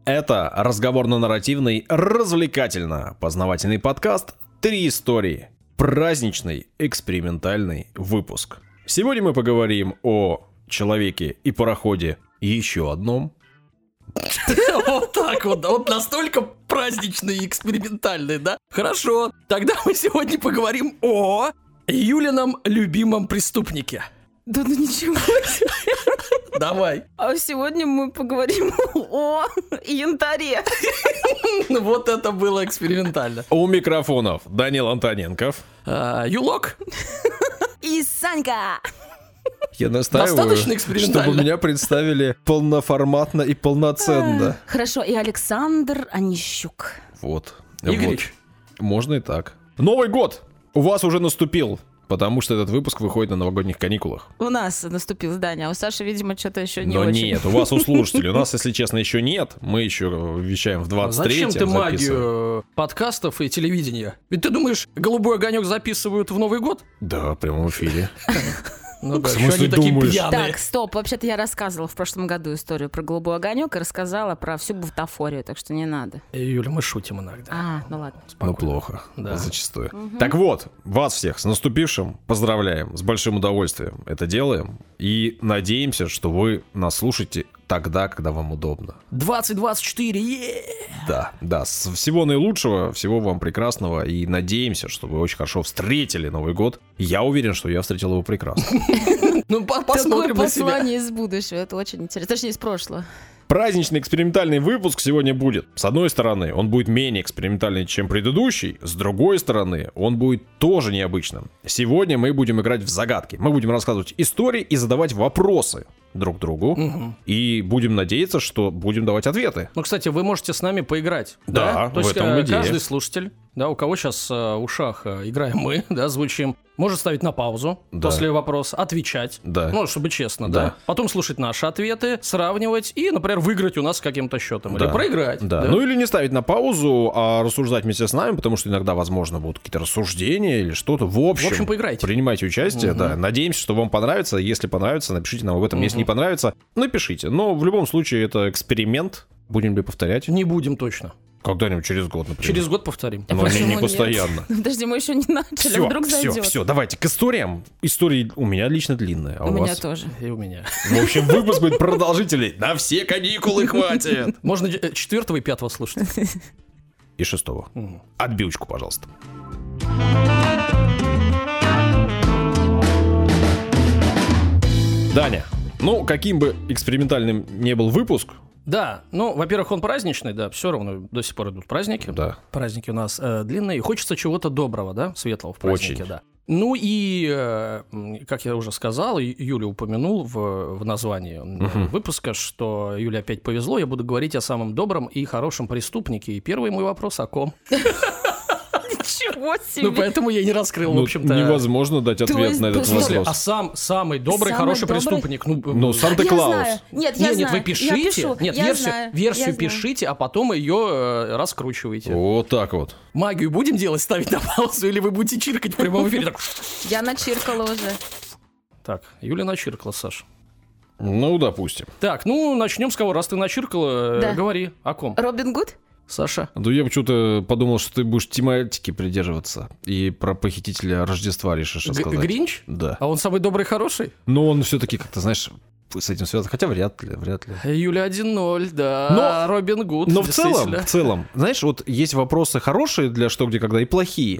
Это разговорно-нарративный, развлекательно-познавательный подкаст «Три истории». Праздничный экспериментальный выпуск. Сегодня мы поговорим о человеке и пароходе и еще одном. Вот так вот, вот настолько праздничный и экспериментальный, да? Хорошо, тогда мы сегодня поговорим о Юлином любимом преступнике. Да ну ничего себе. Давай. А сегодня мы поговорим о янтаре. Вот это было экспериментально. У микрофонов Данил Антоненков. Юлок. И Санька. Я настаиваю, Достаточно экспериментально. чтобы меня представили полноформатно и полноценно. Хорошо, и Александр Онищук. Вот. Игорич. Вот. Можно и так. Новый год у вас уже наступил, потому что этот выпуск выходит на новогодних каникулах. У нас наступил здание, а у Саши, видимо, что-то еще не Но очень. нет, у вас у слушателей. У нас, если честно, еще нет. Мы еще вещаем в 23-м. Зачем ты записываем. магию подкастов и телевидения? Ведь ты думаешь, «Голубой огонек» записывают в Новый год? Да, прямо в эфире. Ну да, В смысле, что они такие думаешь? пьяные. Так, стоп, вообще-то я рассказывала в прошлом году историю про голубой огонек и рассказала про всю бутафорию, так что не надо. Юля, мы шутим иногда. Ну ладно. Ну, плохо. Да. Зачастую. Так вот, вас всех с наступившим поздравляем. С большим удовольствием это делаем. И надеемся, что вы нас слушаете тогда, когда вам удобно. 2024, Да. Всего наилучшего, всего вам прекрасного. И надеемся, что вы очень хорошо встретили Новый год. Я уверен, что я встретил его прекрасно. Ну, Такое посмотрим на себя. послание из будущего, это очень интересно. Точнее, из прошлого. Праздничный экспериментальный выпуск сегодня будет. С одной стороны, он будет менее экспериментальный, чем предыдущий. С другой стороны, он будет тоже необычным. Сегодня мы будем играть в загадки. Мы будем рассказывать истории и задавать вопросы друг другу. И будем надеяться, что будем давать ответы. Ну, кстати, вы можете с нами поиграть. Да, То в есть этом идея. каждый слушатель, да, у кого сейчас в ушах играем мы, да, звучим, может ставить на паузу Да. после вопроса, отвечать. Да. Ну, чтобы честно, Да. да. Потом слушать наши ответы, сравнивать и, например, выиграть у нас каким-то счетом. Да. Или проиграть. Да. Ну или не ставить на паузу, а рассуждать вместе с нами, потому что иногда, возможно, будут какие-то рассуждения или что-то. В общем, поиграйте. Принимайте участие, да. Надеемся, что вам понравится. Если понравится, напишите нам об этом. Если не понравится, напишите. Но в любом случае это эксперимент. Будем ли повторять? Не будем точно. Когда-нибудь через год, например. Через год повторим. Но не Почему постоянно. нет? Подожди, мы еще не начали, вдруг зайдет. Все, давайте к историям. Истории у меня лично длинные, а У у меня вас? тоже. И у меня. В общем, выпуск будет продолжительный. На все каникулы хватит. Можно 4 и 5 слушать. И 6-го. Отбивочку, пожалуйста. Даня, ну, каким бы экспериментальным не был выпуск, Да, ну, во-первых, он праздничный, да, все равно до сих пор идут праздники. Да. Праздники у нас длинные, и хочется чего-то доброго, да, светлого в празднике, Очень. да. Ну и, как я уже сказал, и Юля упомянул в названии выпуска, что Юле опять повезло, я буду говорить о самом добром и хорошем преступнике. И первый мой вопрос о ком? Ничего себе. Ну, поэтому я и не раскрыл, в ну, общем-то. невозможно дать ответ есть, на этот в смысле, вопрос. Самый добрый, Самый хороший добрый? преступник. Ну, Я Санта-Клаус. знаю. Нет, я Нет, знаю. вы Я пишите. пишу. Нет, Я версию знаю. версию пишите, а потом ее раскручиваете. Вот так вот. Магию будем делать, ставить на паузу, или вы будете чиркать в прямом эфире? Так, Я начиркала уже. Так, Юля начиркала, Саш. Ну, допустим. Так, ну, начнем с кого. Раз ты начиркала, Да. говори. О ком? Робин Гуд? Саша? Ну, я почему-то подумал, что ты будешь тематики придерживаться. И про похитителя Рождества решишь рассказать. Гринч? Да. А он самый добрый, хороший? Но он все-таки как-то, знаешь, с этим связан. Хотя вряд ли. Юля 1-0, да. Робин Гуд. Но в действительно. целом, знаешь, вот есть вопросы хорошие для что, где, когда и плохие.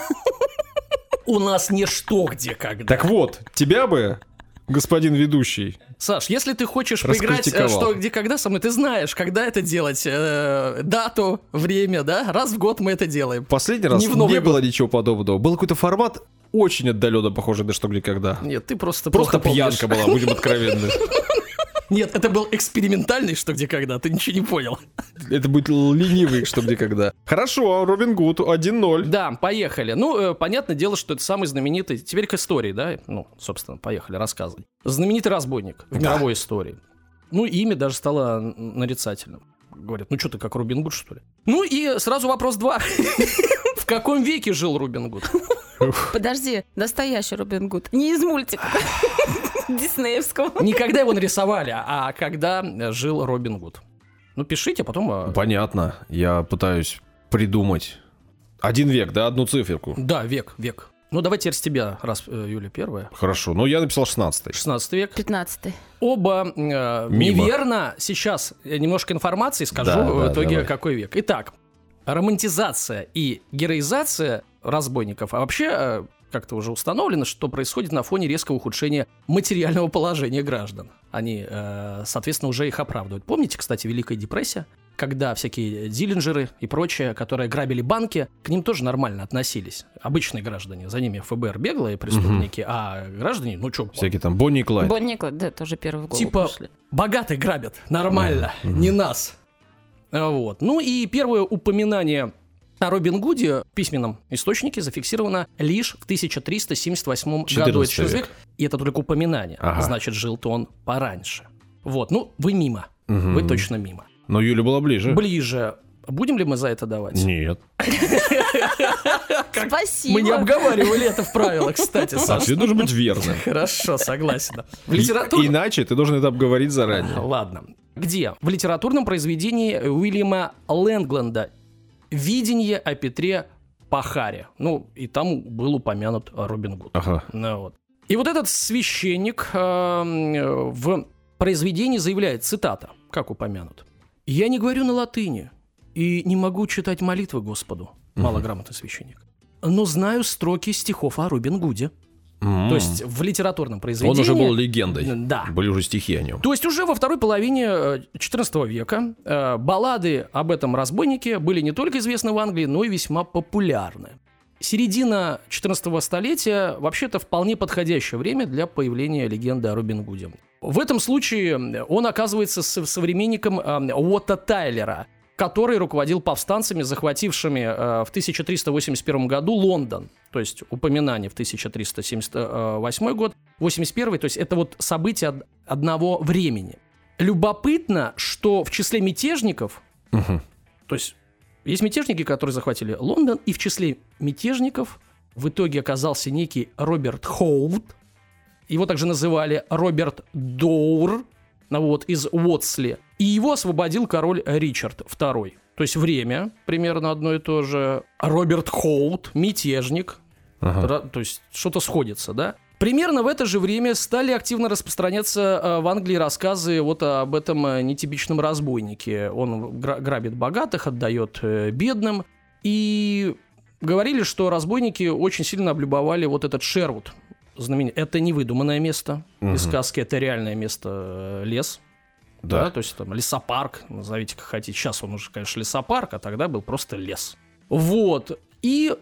У нас не что, где, когда. Так вот, тебя бы, господин ведущий, Саш, если ты хочешь поиграть Раскритиковал. что, где, когда со мной, ты знаешь, когда это делать, дату, время, да? Раз в год мы это делаем. последний раз Не в Новый не было год. ничего подобного. Был какой-то формат очень отдаленно похожий на что, где, когда. Нет, ты просто Просто помнишь. пьянка была, будем откровенны. Нет, это был экспериментальный что, где, когда, ты ничего не понял. Это будет ленивый что, где, когда. Хорошо, Робин Гуд, 1-0. Да, поехали. Ну, понятное дело, что это самый знаменитый... Теперь к истории, да? Ну, собственно, поехали, рассказывай. Знаменитый разбойник в мировой истории. Ну, имя даже стало нарицательным. Говорят, ну что ты, как Робин Гуд, что ли? Ну и сразу вопрос 2. В каком веке жил Робин Гуд? Подожди, настоящий Робин Гуд. Не из мультика диснеевского. Не когда его нарисовали, а когда жил Робин Гуд. Ну, пишите, а потом... Понятно. Я пытаюсь придумать. 1 век, да? Одну циферку. Да, век. Ну, давай теперь с тебя, раз Юля первая. Хорошо. Ну, я написал 16-й. 16 век. 15-й. Оба неверно. Сейчас немножко информации скажу в итоге, давай. какой век. Итак, романтизация и героизация разбойников. А вообще, как-то уже установлено, что происходит на фоне резкого ухудшения материального положения граждан. Они, соответственно, уже их оправдывают. Помните, кстати, Великая депрессия? Когда всякие диллинджеры и прочее, которые грабили банки, к ним тоже нормально относились. Обычные граждане, за ними ФБР беглые преступники, а граждане, ну что... Всякие там Бонни и Клайд. Бонни и Клайд, да, тоже первый в голову Типа пришли. богатые грабят, нормально, не нас. Вот. Ну и первое упоминание о Робин Гуде в письменном источнике зафиксировано лишь в 1378 году. 14 Это век. И это только упоминание. Ага. Значит, жил-то он пораньше. Вот, ну, вы мимо. Вы точно мимо. Но Юля была ближе. Ближе. Будем ли мы за это давать? Нет. Спасибо. Мы не обговаривали это в правилах, кстати, Саш. Ответ должен быть верным. Хорошо, согласен. В литературе... Иначе ты должен это обговорить заранее. Ладно. Где? В литературном произведении Уильяма Лэнгленда «Видение о Петре Пахаре». Ну, и там был упомянут Робин Гуд. Ага. Ну, вот. И вот этот священник в произведении заявляет, цитата, как упомянут: «Я не говорю на латыни и не могу читать молитвы Господу», малограмотный священник, «но знаю строки стихов о Робин Гуде». То есть в литературном произведении... Он уже был легендой. Да. Были уже стихи о нем. То есть уже во второй половине XIV века баллады об этом разбойнике были не только известны в Англии, но и весьма популярны. Середина 14 столетия вообще-то вполне подходящее время для появления легенды о Робин Гуде. В этом случае он оказывается современником Уотта Тайлера, который руководил повстанцами, захватившими в 1381 году Лондон. То есть упоминание в 1378 год, 81, то есть это вот события одного времени. Любопытно, что в числе мятежников, то есть есть мятежники, которые захватили Лондон, и в числе мятежников в итоге оказался некий Роберт Хоут. Его также называли Роберт Доур, вот, из Уотсли. И его освободил король Ричард II. То есть время примерно одно и то же. Роберт Хоут, мятежник. То есть что-то сходится, да? Примерно в это же время стали активно распространяться в Англии рассказы вот об этом нетипичном разбойнике. Он грабит богатых, отдает бедным. И говорили, что разбойники очень сильно облюбовали вот этот Шервуд. Это не выдуманное место из сказки, это реальное место, лес. Да. То есть там лесопарк, назовите как хотите. Сейчас он уже, конечно, лесопарк, а тогда был просто лес. Вот. И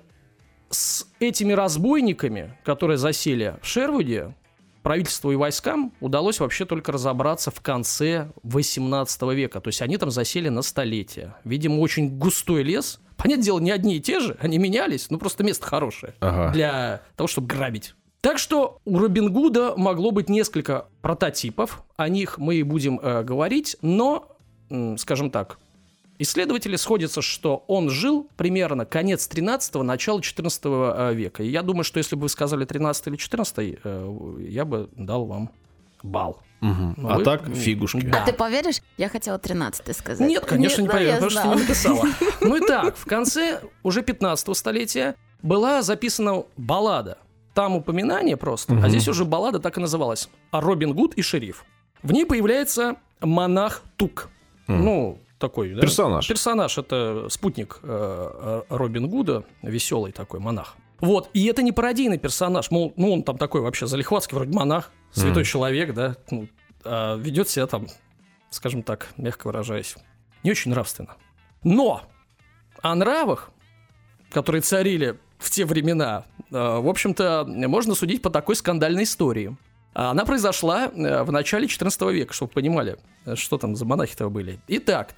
с этими разбойниками, которые засели в Шервуде, правительству и войскам удалось вообще только разобраться в конце 18 века. То есть они там засели на столетия. Видимо, очень густой лес. Понятное дело, не одни и те же, они менялись, но просто место хорошее для того, чтобы грабить. Так что у Робин Гуда могло быть несколько прототипов, о них мы и будем говорить, но, скажем так, исследователи сходятся, что он жил примерно конец 13-го, начало 14 века. И я думаю, что если бы вы сказали 13 или 14, я бы дал вам балл. А так фигушки. Да. А ты поверишь? Я хотела 13 сказать. Нет, конечно, не поверю, потому что ты не написала. написала. Ну и так, в конце уже 15 столетия была записана баллада. Там упоминание просто, а здесь уже баллада так и называлась. «Робин Гуд и шериф». В ней появляется монах Тук. Ну, такой, да? Персонаж. Персонаж, это спутник Робин Гуда, веселый такой монах. Вот, и это не пародийный персонаж, мол, ну он там такой вообще залихватский, вроде монах, святой человек, да, ну, ведет себя там, скажем так, мягко выражаясь, не очень нравственно. Но о нравах, которые царили в те времена, в общем-то, можно судить по такой скандальной истории. Она произошла в начале 14 века, чтобы вы понимали, что там за монахи-то были. Итак,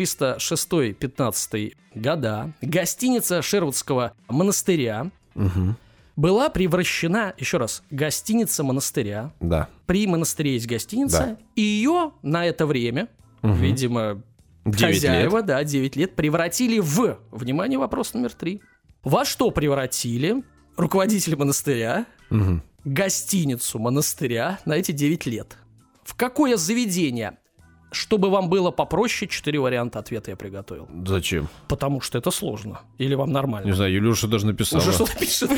1306-15 года гостиница Шервудского монастыря была превращена, еще раз, гостиница монастыря. Да. При монастыре есть гостиница, Да. и ее на это время, видимо, 9 хозяева, лет. да, 9 лет, превратили в, внимание, вопрос номер 3, во что превратили руководители монастыря гостиницу монастыря на эти 9 лет? В какое заведение? Чтобы вам было попроще, 4 варианта ответа я приготовил. Зачем? Потому что это сложно. Или вам нормально? Не знаю, Юлюша даже написала. Уже что-то пишет.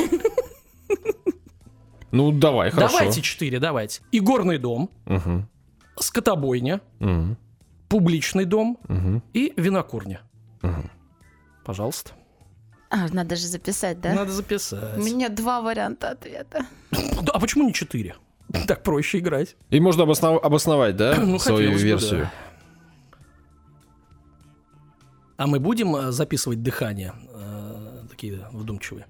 Ну, давай, хорошо. Давайте 4, давайте. Игорный дом, Угу. скотобойня, Угу. публичный дом Угу. и винокурня. Угу. Пожалуйста. Надо же записать, да? Надо записать. У меня 2 варианта ответа. Да, а почему не 4? Так проще играть. И можно обосновать, да, Ну, свою хотелось бы, версию? да. А мы будем записывать дыхание? Такие вдумчивые.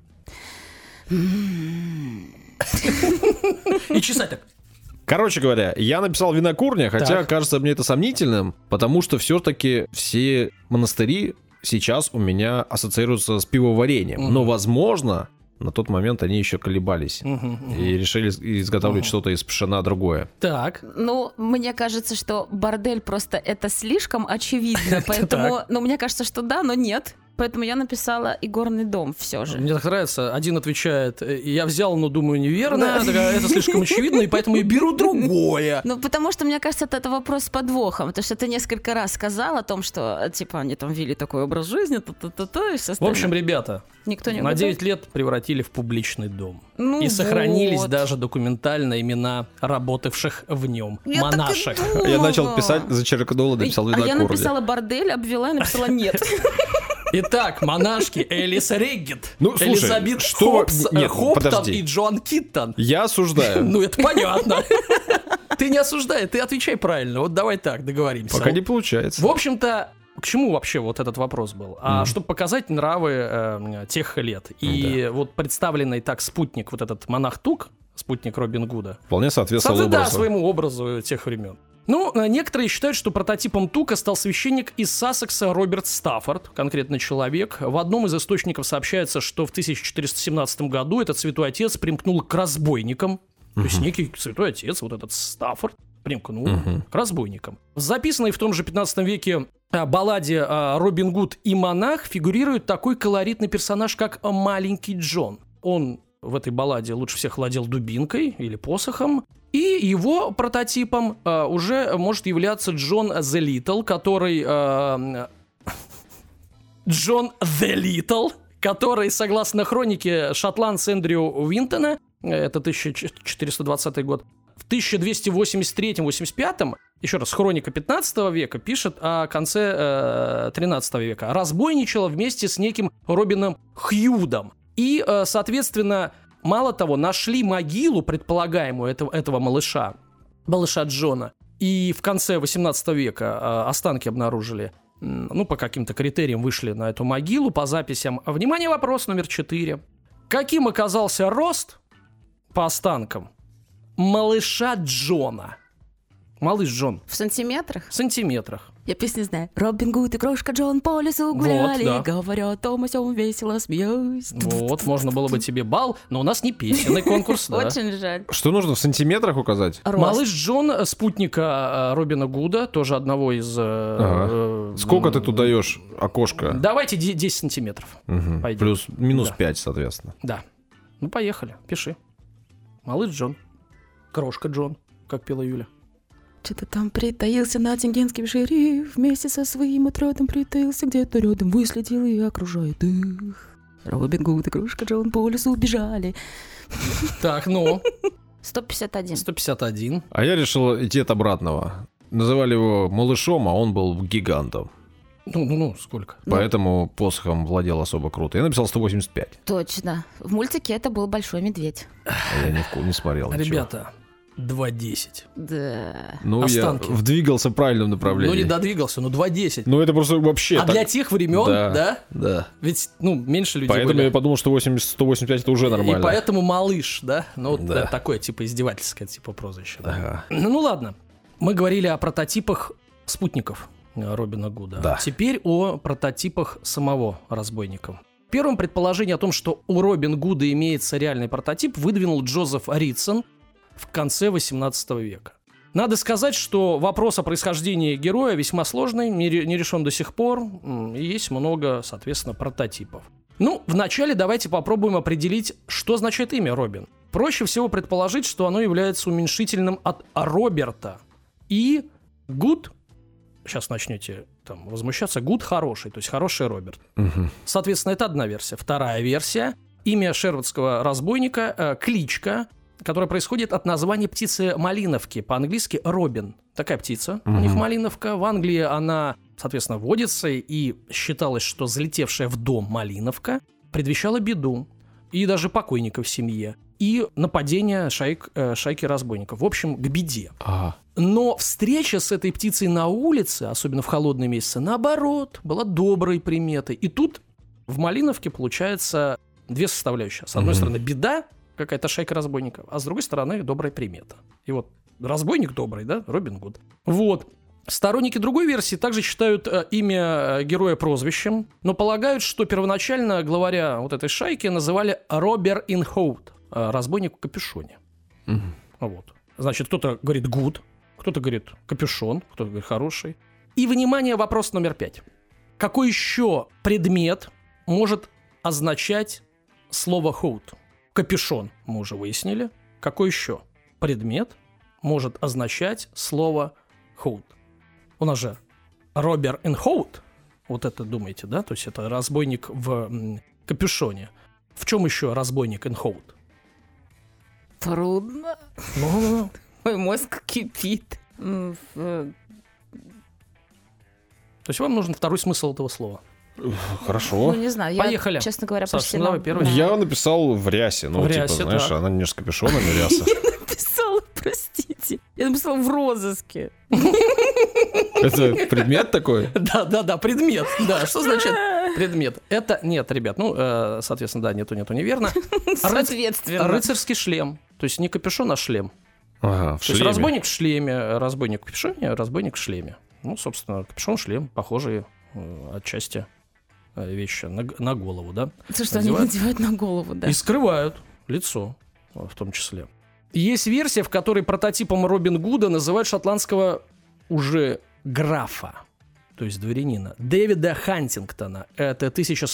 И чесать так. Короче говоря, я написал винокурня, хотя Так. кажется мне это сомнительным, потому что все-таки все монастыри сейчас у меня ассоциируются с пивоварением. Мгм. Но, возможно, на тот момент они еще колебались Мгм. и решили изготавливать что-то из пшена другое. Так. Ну, мне кажется, что бордель просто это слишком очевидно, поэтому, ну, мне кажется, что да, но нет. Поэтому я написала игорный дом все же. Мне так нравится. Один отвечает, я взял, но думаю, неверно. Да. Такая, это слишком очевидно, и поэтому я беру другое. Ну, потому что, мне кажется, это вопрос с подвохом. Потому что ты несколько раз сказал о том, что, типа, они там вели такой образ жизни, и все В остальное. общем, ребята, Никто не на угадал? 9 лет превратили в публичный дом. Ну И сохранились вот. даже документально имена работавших в нем. Я так и Монашек. думала. Я начал писать, зачеркнул и написал А я винокурня. написала бордель, обвела и написала нет. Итак, монашки Элис Реггет, Ну, слушай, Элизабет что- Хопс, нет, Хоптон подожди. и Джоан Киттон. Я осуждаю. Ну, это понятно. Ты не осуждай, ты отвечай правильно. Вот давай так, договоримся. Пока не получается. В общем-то, к чему вообще вот этот вопрос был? Чтобы показать нравы тех лет. И вот представленный так спутник, вот этот монах Тук, спутник Робин Гуда, Вполне соответствовал да, образу. своему образу тех времен. Ну, некоторые считают, что прототипом Тука стал священник из Сассекса Роберт Стаффорд, конкретно человек. В одном из источников сообщается, что в 1417 году этот святой отец примкнул к разбойникам. То есть некий святой отец, вот этот Стаффорд, примкнул к разбойникам. В записанной в том же 15 веке балладе «Робин Гуд и монах» фигурирует такой колоритный персонаж, как маленький Джон. Он в этой балладе лучше всех владел дубинкой или посохом. И его прототипом уже может являться Джон The Little, который... Джон The Little, который, согласно хронике шотландца Эндрю Уинтона, это 1420 год, в 1283-85, еще раз, хроника 15 века пишет о конце 13 века, разбойничала вместе с неким Робином Хьюдом. И, соответственно, мало того, нашли могилу предполагаемую этого малыша Джона. И в конце 18 века останки обнаружили. Ну, по каким-то критериям вышли на эту могилу, по записям. Внимание, вопрос номер 4. Каким оказался рост по останкам малыша Джона? Малыш Джон. В сантиметрах? В сантиметрах. Я песню знаю. Робин Гуд и крошка Джон по лесу гуляли, да. говоря о том, о сём, весело смеюсь. Вот, можно было бы тебе балл, но у нас не песенный конкурс, да. Очень жаль. Что нужно в сантиметрах указать? Рост. Малыш Джон, спутника Робина Гуда, тоже одного из... Сколько ты тут даешь окошко? Давайте 10 сантиметров. Мгм. Пойдем. Плюс минус Да. 5, соответственно. Да. Ну, поехали, пиши. Малыш Джон. Крошка Джон, как пела Юля. Что-то там притаился Ноттингемский шериф, вместе со своим отрядом притаился где-то рядом, выследил и окружает их. Робин Гуд и крошка Джон по лесу бежали. Так, ну, 151. 151. А я решил идти от обратного. Называли его малышом, а он был гигантом. Ну, сколько? Поэтому посохом владел особо круто. Я написал 185. Точно. В мультике это был большой медведь. А я не смотрел ничего. Ребята, 2.10. Да. Ну, останки. я вдвигался в правильном Ну, направлении. не додвигался, но 2.10. Ну, это просто вообще А так. для тех времен, да? Да. Ведь, меньше людей Поэтому были. я подумал, что 185 это уже нормально. И поэтому малыш, да? Ну, вот Да. такое, типа, издевательское, типа, прозвище. Да? Ага. Ну, ладно. Мы говорили о прототипах спутников Робина Гуда. Да. Теперь о прототипах самого разбойника. Первым предположение о том, что у Робин Гуда имеется реальный прототип, выдвинул Джозеф Ритсон в конце 18 века. Надо сказать, что вопрос о происхождении героя весьма сложный, не решен до сих пор, и есть много, соответственно, прототипов. Ну, вначале давайте попробуем определить, что означает имя Робин. Проще всего предположить, что оно является уменьшительным от Роберта и Гуд сейчас начнете там возмущаться, Гуд хороший, то есть хороший Роберт. Мгм. Соответственно, это одна версия. Вторая версия. Имя шервудского разбойника, кличка, которая происходит от названия птицы малиновки. По-английски Робин. Такая птица. У них малиновка. В Англии она, соответственно, водится. И считалось, что залетевшая в дом малиновка предвещала беду. И даже покойника в семье. И нападение шайки разбойников. В общем, к беде. Ага. Но встреча с этой птицей на улице, особенно в холодные месяцы, наоборот, была доброй приметой. И тут в Малиновке получается две составляющие. С одной стороны, беда, какая-то шайка разбойников, а с другой стороны, добрая примета. И вот разбойник добрый, да, Робин Гуд. Вот. Сторонники другой версии также считают имя героя прозвищем, но полагают, что первоначально главаря вот этой шайки называли Робер ин Хоут, разбойник в капюшоне. Вот. Значит, кто-то говорит Гуд, кто-то говорит капюшон, кто-то говорит хороший. И, внимание, вопрос номер 5. Какой еще предмет может означать слово «хоут»? Капюшон мы уже выяснили. Какой еще предмет может означать слово «хоут»? У нас же Робер ин Хоут. Вот это думаете, да? То есть это разбойник в капюшоне. В чем еще разбойник ин Хоут? Трудно. Ну, Мой мозг кипит. то есть вам нужен второй смысл этого слова. Хорошо. Ну, не знаю, я, Поехали. честно говоря, Саш, почти ну, давай первый. Я написал в рясе. Ну, В типа, рясе, знаешь, так. она не с капюшоном и ряса. написала, простите. Я написала в розыске. Это предмет такой? Да, предмет. Да, что значит предмет? Это, нет, ребят, ну, соответственно, да, нету, неверно. Соответственно. Рыцарский шлем. То есть не капюшон, а шлем. Ага, в То есть шлеме. разбойник в шлеме, разбойник в капюшоне, разбойник в шлеме. Ну, собственно, капюшон, шлем, похожие отчасти вещи на голову, да? То, что они надевают на голову, да. И скрывают лицо, в том числе. Есть версия, в которой прототипом Робин Гуда называют шотландского уже графа, то есть дворянина, Дэвида Хантингтона. Это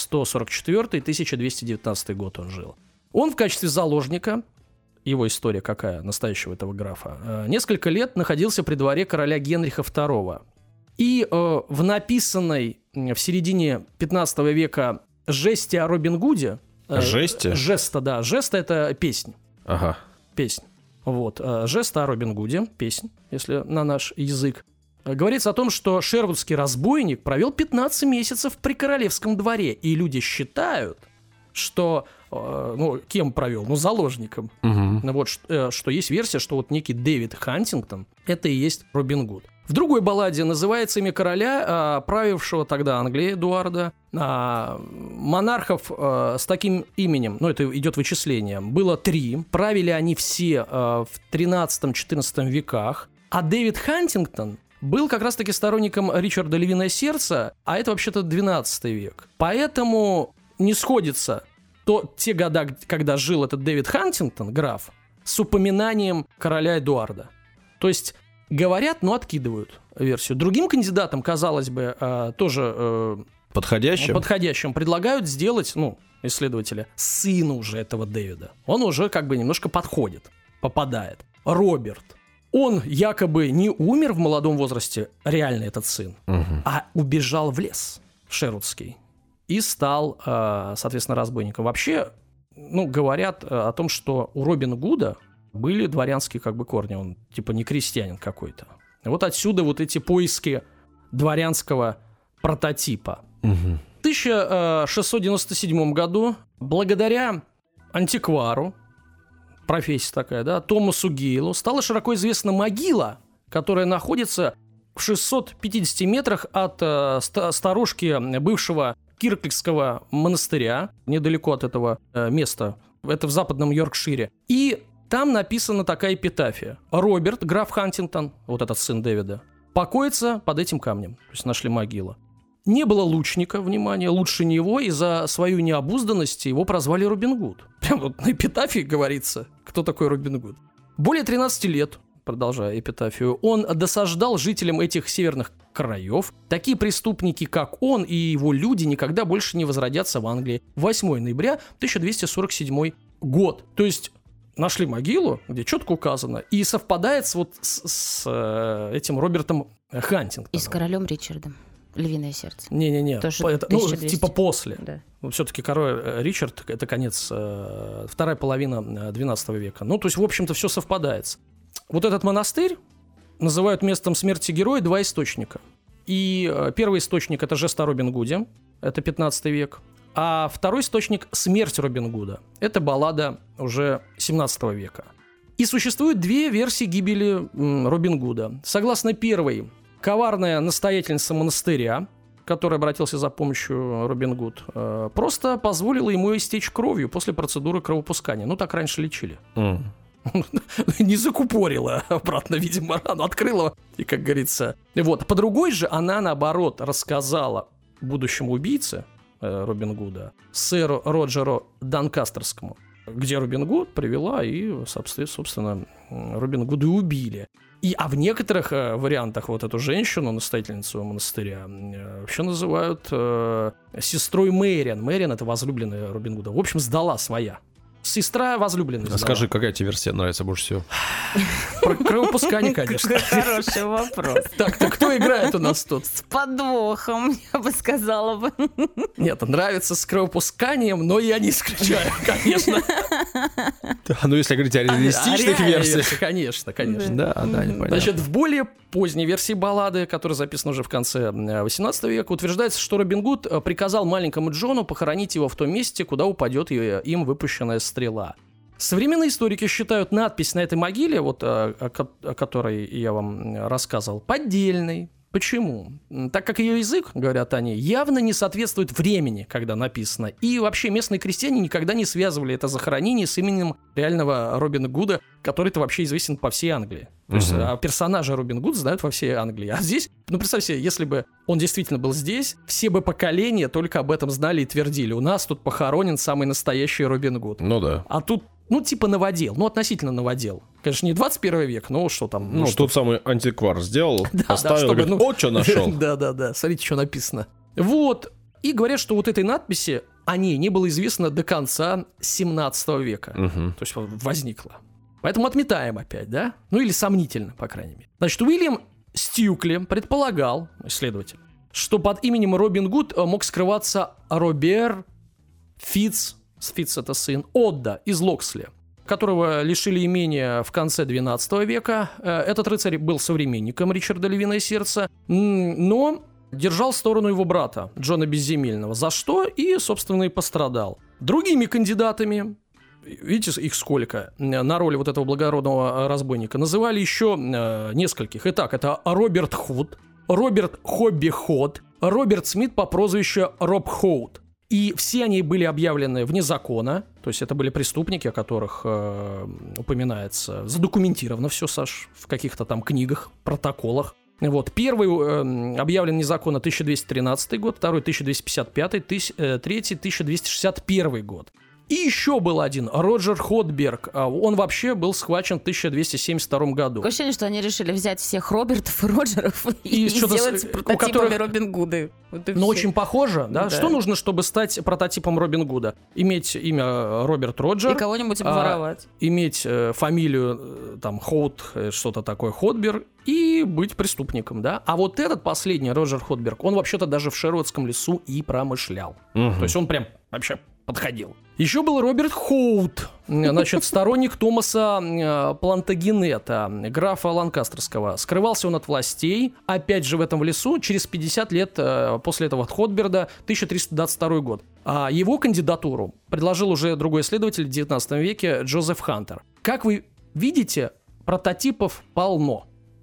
1144-1219 год он жил. Он в качестве заложника, его история какая, настоящего этого графа, несколько лет находился при дворе короля Генриха II. И в написанной в середине 15 века жесте о Робин Гуде... Жесте? Жеста, да. Жеста — это песнь. Ага. Песнь. Вот. Жеста о Робин Гуде, песнь, если на наш язык. Говорится о том, что шервудский разбойник провел 15 месяцев при королевском дворе. И люди считают, что... Ну, кем провел? Ну, заложником. Угу. Вот, что есть версия, что вот некий Дэвид Хантингтон — это и есть Робин Гуд. В другой балладе называется имя короля, правившего тогда Англией, Эдуарда. Монархов с таким именем, ну, это идет вычисление, было 3. Правили они все в 13-14 веках. А Дэвид Хантингтон был как раз-таки сторонником Ричарда Львиное Сердце, а это вообще-то 12 век. Поэтому не сходится те года, когда жил этот Дэвид Хантингтон, граф, с упоминанием короля Эдуарда. То есть говорят, но откидывают версию. Другим кандидатам, казалось бы, тоже подходящим предлагают сделать, ну, исследователи, сына уже этого Дэвида. Он уже как бы немножко подходит, попадает. Роберт. Он якобы не умер в молодом возрасте, реально этот сын, а убежал в лес шервудский и стал, соответственно, разбойником. Вообще, ну, говорят о том, что у Робина Гуда были дворянские как бы корни, он типа не крестьянин какой-то. Вот отсюда вот эти поиски дворянского прототипа. В 1697 году, благодаря антиквару, профессия такая, да, Томасу Гейлу, стала широко известна могила, которая находится в 650 метрах от сторожки бывшего Киркликского монастыря, недалеко от этого места, это в западном Йоркшире. И там написана такая эпитафия. Роберт, граф Хантингтон, вот этот сын Дэвида, покоится под этим камнем. То есть нашли могилу. Не было лучника, внимание, лучше него, и за свою необузданность его прозвали Робин Гуд. Прям вот на эпитафии говорится, кто такой Робин Гуд. Более 13 лет, продолжая эпитафию, он досаждал жителям этих северных краев. Такие преступники, как он и его люди, никогда больше не возродятся в Англии. 8 ноября 1247 год. То есть нашли могилу, где четко указано, и совпадает с этим Робертом Хантингтон. И с королем Ричардом. «Львиное сердце». Не-не-не, Тоже это, 1200. типа после. Да. Все-таки король Ричард — это конец, вторая половина 12 века. Ну, то есть, в общем-то, все совпадает. Вот этот монастырь называют местом смерти героя два источника. И первый источник — это жест о Робин Гуде, это 15 век. А второй источник — смерть Робин Гуда. Это баллада уже 17 века. И существует две версии гибели Робин Гуда. Согласно первой, коварная настоятельница монастыря, который обратился за помощью Робин Гуд, просто позволила ему истечь кровью после процедуры кровопускания. Ну, так раньше лечили. Не закупорила обратно, видимо, рану, открыла, и, как говорится. Вот. По другой же она, наоборот, рассказала будущему убийце Робин Гуда, сэру Роджеру Донкастерскому, где Робин Гуд привела, и, собственно, Робин Гуда и убили. А в некоторых вариантах вот эту женщину, настоятельницу монастыря, вообще называют сестрой Мэриан. Мэриан — это возлюбленная Робин Гуда. В общем, сдала своя. Сестра возлюбленная. Скажи, какая тебе версия нравится больше всего? Про кровопускание, конечно. Хороший вопрос. Так кто играет у нас тут? С подвохом, я бы сказала бы. Нет, нравится с кровопусканием, но я не исключаю, конечно. Ну, если говорить о реалистичных версиях. Конечно. Да, непонятно. Значит, в более поздней версии баллады, которая записана уже в конце 18 века, утверждается, что Робин Гуд приказал маленькому Джону похоронить его в том месте, куда упадет им выпущенная стрела. Современные историки считают надпись на этой могиле, вот о которой я вам рассказывал, поддельной. Почему? Так как ее язык, говорят они, явно не соответствует времени, когда написано. И вообще местные крестьяне никогда не связывали это захоронение с именем реального Робина Гуда, который-то вообще известен по всей Англии. То есть персонажа Робин Гуд знают во всей Англии. А здесь, представь себе, если бы он действительно был здесь, все бы поколения только об этом знали и твердили. У нас тут похоронен самый настоящий Робин Гуд. Ну да. А тут, типа новодел. относительно новодел. Конечно, не 21 век, но что там. Тот самый антиквар сделал, поставил, чтобы, говорит, вот что нашел. Да, смотрите, что написано. Вот. И говорят, что вот этой надписи о ней не было известно до конца 17 века. То есть возникла. Поэтому отметаем опять, да? Или сомнительно, по крайней мере. Значит, Уильям Стьюкли предполагал, исследователь, что под именем Робин Гуд мог скрываться Робер Фитц это сын Одда из Локсли, которого лишили имения в конце 12 века. Этот рыцарь был современником Ричарда «Львиное сердце», но держал сторону его брата Джона Безземельного, за что и, собственно, и пострадал. Другими кандидатами, видите, их сколько, на роли вот этого благородного разбойника, называли еще нескольких. Итак, это Роберт Худ, Роберт Хобби Ход, Роберт Смит по прозвищу Роб Хоут. И все они были объявлены вне закона, то есть это были преступники, о которых упоминается, задокументировано все, Саш, в каких-то там книгах, протоколах. Вот. Первый объявлен вне закона 1213 год, второй 1255, третий 1261 год. И еще был один, Роджер Ходберг. Он вообще был схвачен в 1272 году. Такое ощущение, что они решили взять всех Робертов и Роджеров и сделать прототипами которых... Робин Гуды. Но очень похоже, да? Что нужно, чтобы стать прототипом Робин Гуда? Иметь имя Роберт Роджер. И кого-нибудь обворовать. Иметь фамилию, там, Хоут, что-то такое, Ходберг, и быть преступником, да? А вот этот последний, Роджер Ходберг, он вообще-то даже в Шервудском лесу и промышлял. То есть он прям вообще подходил. Еще был Роберт Хоут, значит, сторонник Томаса Плантагенета, графа Ланкастерского. Скрывался он от властей, опять же в этом лесу, через 50 лет после этого Ходберга, 1322 год. А его кандидатуру предложил уже другой исследователь в 19 веке Джозеф Хантер. Как вы видите, прототипов полно.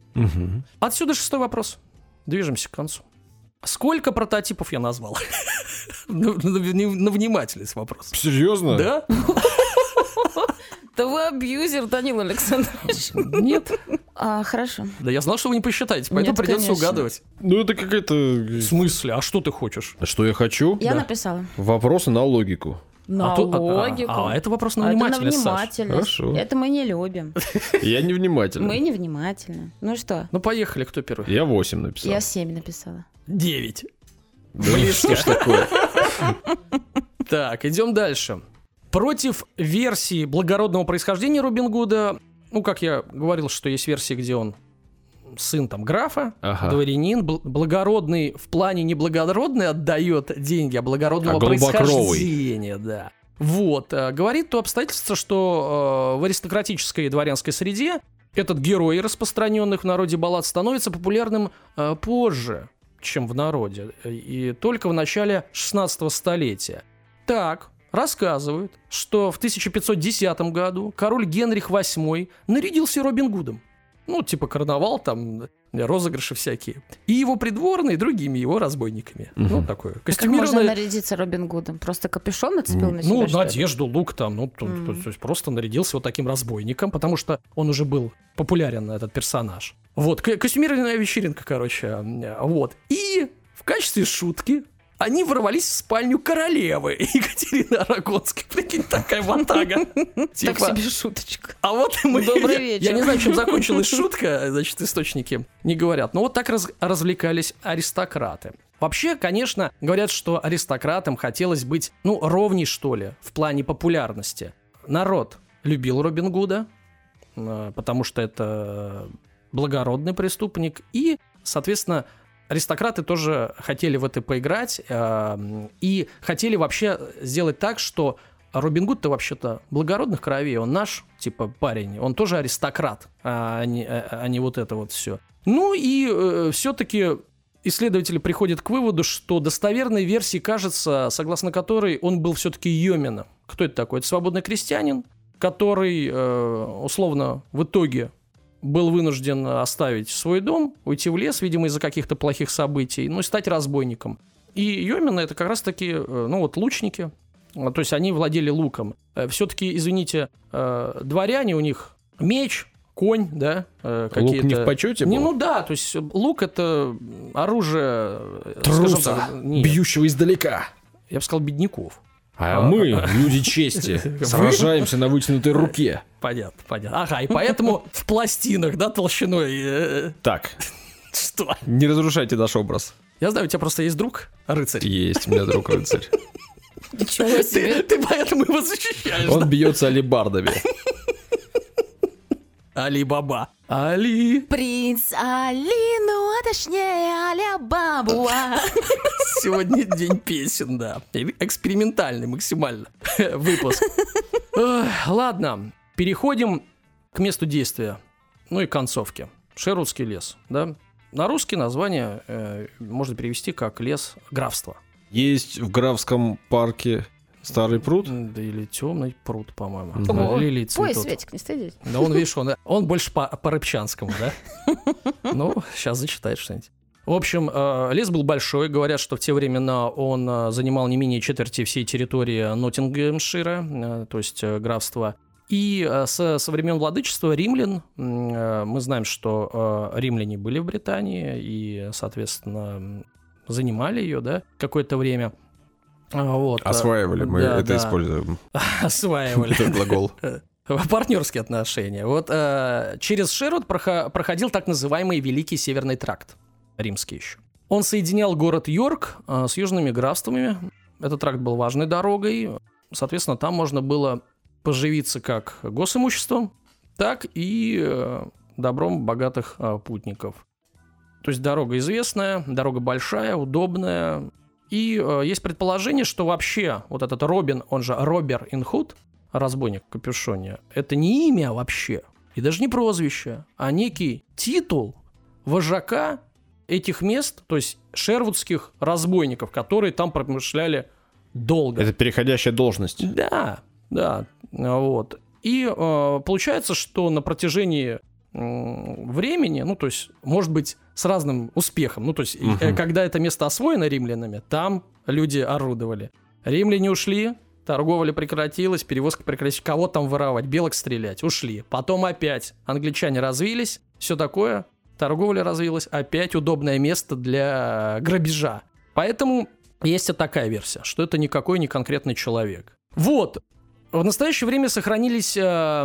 Отсюда 6-й вопрос. Движемся к концу. Сколько прототипов я назвал? На внимательность вопрос. Серьезно? Да? Да вы абьюзер, Данил Александрович. Нет. Хорошо. Да я знал, что вы не посчитаете, поэтому Нет, придется конечно. угадывать. Это какая-то... В смысле? А что ты хочешь? Что я хочу? Я написала. Вопросы на логику. На логику. Это вопрос на Это на внимательность, Саш. внимательность. Хорошо. Это мы не любим. Я невнимательный. Мы невнимательны. Ну что? Поехали, кто первый? Я 8 написал. Я 7 написала. 9. Да что ж такое? Так, идем дальше. Против версии благородного происхождения Робин Гуда, как я говорил, что есть версии, где он сын там графа, Ага. дворянин, благородный, в плане не благородный отдает деньги, а благородного голубокровый. происхождения, да. Вот, говорит то обстоятельство, что в аристократической дворянской среде этот герой распространенных в народе баллад становится популярным позже, чем в народе, и только в начале 16 столетия. Так, рассказывают, что в 1510 году король Генрих VIII нарядился Робин Гудом. Ну, типа карнавал, там, розыгрыши всякие. И его придворные другими его разбойниками. Ну, такое. Как можно Костюмированное... нарядиться Робин Гудом? Просто капюшон нацепил на себя, Ну, что ли? одежду, лук там, ну, то есть просто нарядился вот таким разбойником, потому что он уже был популярен, этот персонаж. Вот, костюмированная вечеринка, короче, вот. И в качестве шутки они ворвались в спальню королевы Екатерины Арагонской. Прикинь, такая ватага. Так Типа, себе шуточка. а вот мы... Добрый вечер. Я не знаю, чем закончилась шутка, значит, источники не говорят. Но вот так развлекались аристократы. Вообще, конечно, говорят, что аристократам хотелось быть, ну, ровней, что ли, в плане популярности. Народ любил Робин Гуда, потому что это благородный преступник. И, соответственно, аристократы тоже хотели в это поиграть и хотели вообще сделать так, что Робин Гуд-то вообще-то благородных кровей, он наш, типа, парень, он тоже аристократ, а не вот это вот все. Ну и все-таки исследователи приходят к выводу, что достоверной версией кажется, согласно которой он был все-таки йомином. Кто это такой? Это свободный крестьянин, который, условно, в итоге был вынужден оставить свой дом, уйти в лес, видимо, из-за каких-то плохих событий, ну и стать разбойником. И йомины — это как раз-таки, ну вот, лучники, то есть они владели луком. Все-таки, извините, дворяне, у них меч, конь, да, какие-то... Лук не в почете был? Не, ну да, то есть лук — это оружие... Труса, скажем так, нет, бьющего издалека. я бы сказал, бедняков. А мы, люди чести, сражаемся на вытянутой руке. Понятно, понятно. Ага, и поэтому в пластинах, да, толщиной... Так, Что? не разрушайте наш образ. Я знаю, у тебя просто есть друг, рыцарь. Есть у меня друг рыцарь. Ничего себе. Ты поэтому его защищаешь. Он бьется алебардами. Али-баба. Али. Принц Али, ну а точнее Аля-Бабуа. Сегодня день песен, да. Экспериментальный максимально выпуск. Ой, ладно, переходим к месту действия. Ну и концовке. Шервудский лес, да. На русский название можно перевести как лес графства. Есть в Графском парке старый пруд. Да или темный пруд, по-моему. Ого, Лилии Ой, цветут. Светик, не стыдись. Да он, видишь, он больше по-рыбчанскому, да? Ну, сейчас зачитает что-нибудь. В общем, лес был большой. Говорят, что в те времена он занимал не менее четверти всей территории Ноттингемшира, то есть графства. И со времен владычества римлян, мы знаем, что римляне были в Британии и, соответственно, занимали ее, да, какое-то время. Вот. Осваивали, мы Да, это да. используем. Осваивали. Этот глагол. Партнерские отношения. Вот через Шервуд проходил так называемый Великий Северный тракт, римский еще. Он соединял город Йорк с южными графствами. Этот тракт был важной дорогой. Соответственно, там можно было поживиться как госимуществом, так и добром богатых путников. То есть дорога известная, дорога большая, удобная. И есть предположение, что вообще вот этот Робин, он же Робер ин Худ, разбойник в капюшоне, это не имя вообще, и даже не прозвище, а некий титул вожака этих мест, то есть шервудских разбойников, которые там промышляли долго. Это переходящая должность. Да, да, вот. И получается, что на протяжении времени, ну, то есть, может быть, с разным успехом, ну, то есть, когда это место освоено римлянами, там люди орудовали. Римляне ушли, торговля прекратилась, перевозка прекратилась, кого там воровать, белок стрелять, ушли. Потом опять англичане развились, все такое, торговля развилась, опять удобное место для грабежа. Поэтому есть и такая версия, что это никакой не конкретный человек. Вот. В настоящее время сохранились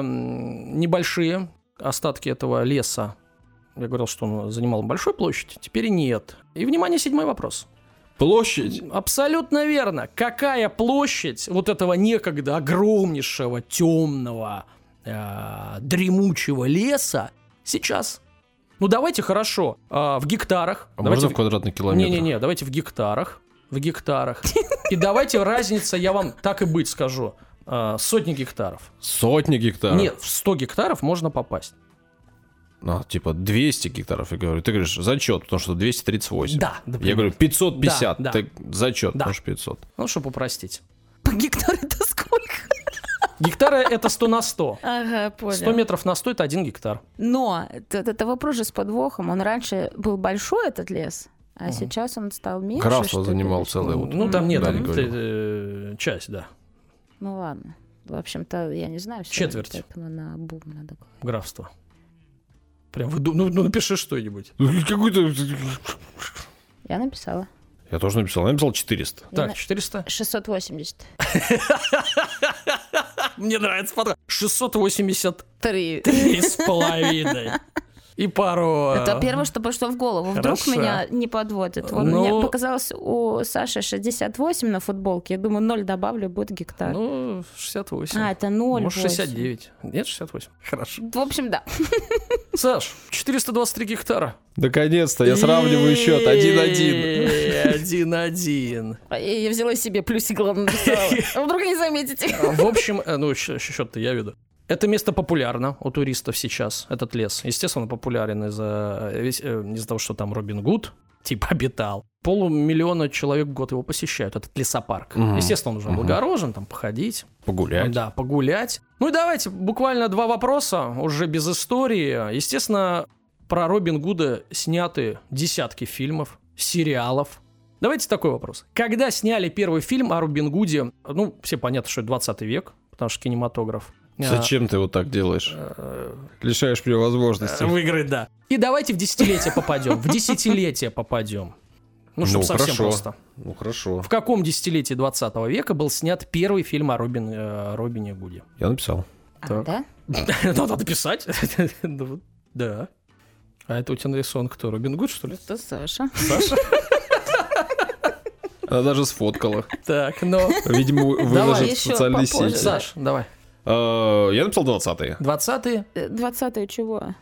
небольшие остатки этого леса. Я говорил, что он занимал большую площадь, теперь нет. И, внимание, 7-й вопрос. Площадь. Абсолютно верно. Какая площадь вот этого некогда огромнейшего, темного, дремучего леса сейчас? Ну, давайте хорошо, в гектарах. А Давайте можно в квадратных километрах? Не-не-не, давайте в гектарах. И давайте разница, я вам так и быть скажу, сотни гектаров. Сотни гектаров? Нет, в 100 гектаров можно попасть. Типа 200 гектаров, я говорю. Ты говоришь, зачет, потому что 238. Да. Я говорю, 550. Да. Ты зачет, Да. потому что 500. Ну, чтобы упростить. Гектар это сколько? Гектары это 100 на 100. Ага, понял. 100 метров на 100 это 1 гектар. Но это вопрос же с подвохом. Он раньше был большой, этот лес, а сейчас он стал меньше. Графство что ли? занимал целое вот. Ну, там нет, Да, там не говорил. часть, да, Ну ладно. В общем-то, я не знаю. всё, Четверть. поэтому на бум надо. графство. Прям ну, напиши что-нибудь. Какой-то... Я написала. Я тоже написал. Я написал 400. Я Так, на- 400. 680. Мне нравится фото. 683 3. с половиной. И пару... Это первое, что пришло в голову. Вдруг Хорошо. меня не подводит. Вот Ну- мне показалось, у Саши 68 на футболке. Я думаю, 0 добавлю, будет гектар. Ну, 68. Это 0. Может, 69. Нет, 68. Хорошо. В общем, да. Саш, 423 гектара. Наконец-то я сравниваю счет 1-1. 1-1. Я взяла себе плюсик, главное, написала. А вдруг не заметите? В общем, ну, счет-то я веду. Это место популярно у туристов сейчас, этот лес. Естественно, популярен из-за того, что там Робин Гуд, типа, обитал. 500 000 человек в год его посещают, этот лесопарк. Естественно, он уже облагорожен, там, походить. Погулять. Да, погулять. Ну и давайте буквально 2 вопроса, уже без истории. Естественно, про Робин Гуда сняты десятки фильмов, сериалов. Давайте такой вопрос. Когда сняли первый фильм о Робин Гуде, ну, все понятно, что это 20 век, потому что кинематограф. Зачем ты вот так делаешь? Лишаешь меня возможности. Выиграть, да. И давайте в десятилетие попадем. В десятилетие попадем. Ну, чтобы совсем хорошо. просто. Ну, хорошо. В каком десятилетии 20 века был снят первый фильм о Робине Гуде? Я написал. А, да? Ну, надо писать. Ну, да. А это у тебя нарисован кто? Робин Гуд, что ли? Это Саша. Саша? Она даже сфоткала. Так, ну... Видимо, выложит в еще социальные попозже. сети. Саш, давай. Я написал 20-е. 20-е? 20-е чего?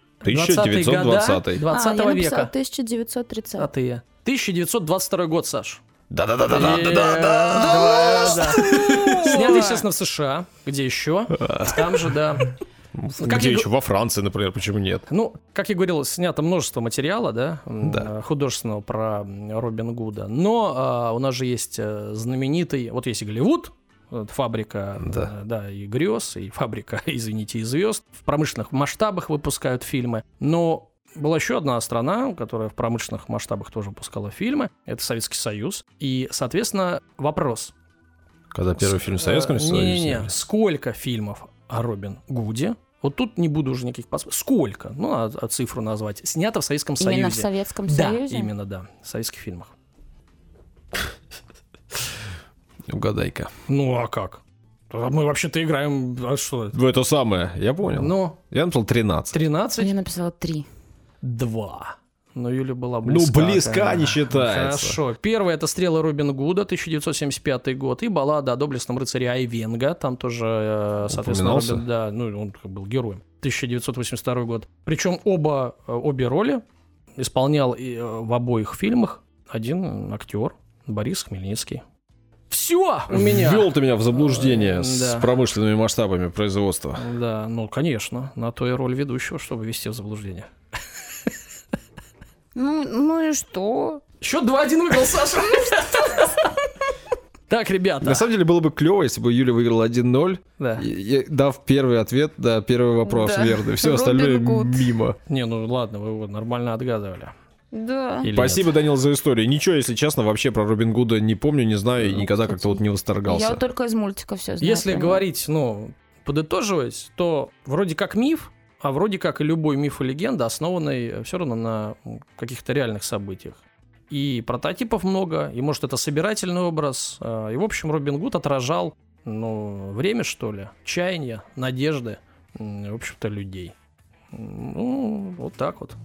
1920. 20 я написала века. 1930. 20-е. 1922 год, Саш. Да-да-да-да-да-да-да. Снят, естественно, в США. Где еще? Там же, да. Как Где я еще? Во Франции, например, почему нет? Ну, как я говорил, снято множество материала, да, Да. художественного про Робин Гуда. Но у нас же есть знаменитый, вот есть Голливуд, вот фабрика, Да. да, и грез, и фабрика, извините, и звезд. В промышленных масштабах выпускают фильмы. Но была еще одна страна, которая в промышленных масштабах тоже выпускала фильмы. Это Советский Союз. И, соответственно, вопрос. Когда первый фильм в Советском Союзе Не-не-не, сняли? сколько фильмов о Робин Гуде? Вот тут не буду уже никаких сколько, ну, а цифру назвать, снято в Советском Союзе. Именно в Советском Да, Союзе? именно, да, в советских фильмах. Угадай-ка. Ну, а как? Мы вообще-то играем, а что это? В это самое, я понял. Ну, Я написал 13. 13, Я написала 3. 2. Но Юля была близка. Ну, близка не конечно. считается. Хорошо. Первое — это «Стрелы Робин Гуда», 1975 год, и баллада о доблестном рыцаре Айвенго, там тоже, соответственно, Упоминался? Робин, да, ну, он был героем. 1982 год. Причем обе роли исполнял в обоих фильмах один актер, Борис Хмельницкий. Все у меня. Ввел ты меня в заблуждение с Да. промышленными масштабами производства. Да, ну, конечно, на то и роль ведущего, чтобы ввести в заблуждение. Ну и что? Счет 2-1 выиграл Саша. Так, ребята. На самом деле было бы клево, если бы Юля выиграла 1-0, Да. дав первый ответ, да, первый вопрос Да. верный. Все Робин остальное Гуд. мимо. Не, ну ладно, вы его нормально отгадывали. Да. Или Спасибо, нет? Данил, за историю. Ничего, если честно, вообще про Робин Гуда не помню, не знаю и никогда кстати, как-то вот не восторгался. Я вот только из мультика все знаю. Если прям. говорить, ну, подытоживать, то вроде как миф, а вроде как и любой миф и легенда, основанный все равно на каких-то реальных событиях. И прототипов много, и, может, это собирательный образ. И, в общем, Робин Гуд отражал, ну, время, что ли, чаяния, надежды, в общем-то, людей. Ну, вот так вот.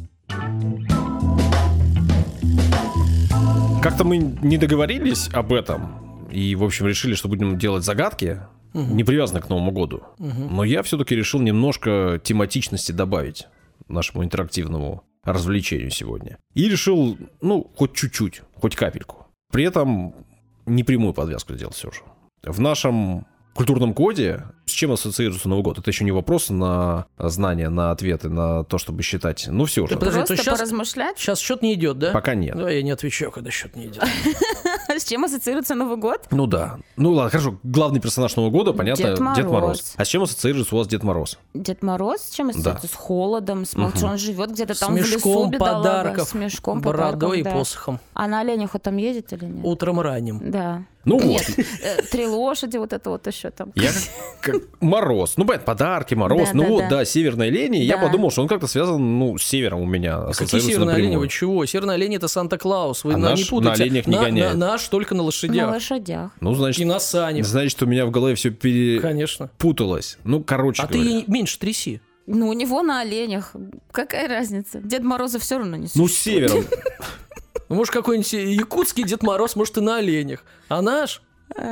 Как-то мы не договорились об этом и, в общем, решили, что будем делать загадки, не привязанные к Новому году. Но я все-таки решил немножко тематичности добавить. нашему интерактивному развлечению сегодня. И решил, хоть чуть-чуть, хоть капельку. При этом не прямую подвязку сделал все же. В нашем культурном коде с чем ассоциируется Новый год? Это еще не вопрос на знания, на ответы, на то, чтобы считать. Все же. Подожди, Просто сейчас, поразмышлять? сейчас счет не идет, да? Пока нет. Да, я не отвечаю, когда счет не идет. С чем ассоциируется Новый год? Да. Ладно, хорошо. Главный персонаж Нового года, понятно, Дед Мороз. А с чем ассоциируется у вас Дед Мороз? Дед Мороз с чем ассоциируется? С холодом, с что он живет где-то С там в лесу, мешком бедолага, подарков, с мешком бородой и подарков, да. посохом. А на оленях он там ездит или нет? Утром ранним. Да. Нет, 3 лошади, вот это вот еще там. Я как Мороз. Понятно, подарки, Мороз. Да. Северные олени. Я Да. подумал, что он как-то связан, с севером у меня. Какие Ассоциируется северные олени? напрямую. Вы чего? Северные олени — это Санта-Клаус. Вы А не наш путайте. на оленях не гоняет. Наш только на На лошадях. лошадях. Значит, И на санях. значит, у меня в голове все Конечно. перепуталось. Короче А ты говоря. ей меньше тряси. У него на оленях. Какая разница? Дед Мороза все равно не существует. С севером. Может, какой-нибудь якутский Дед Мороз, может, и на оленях. А наш?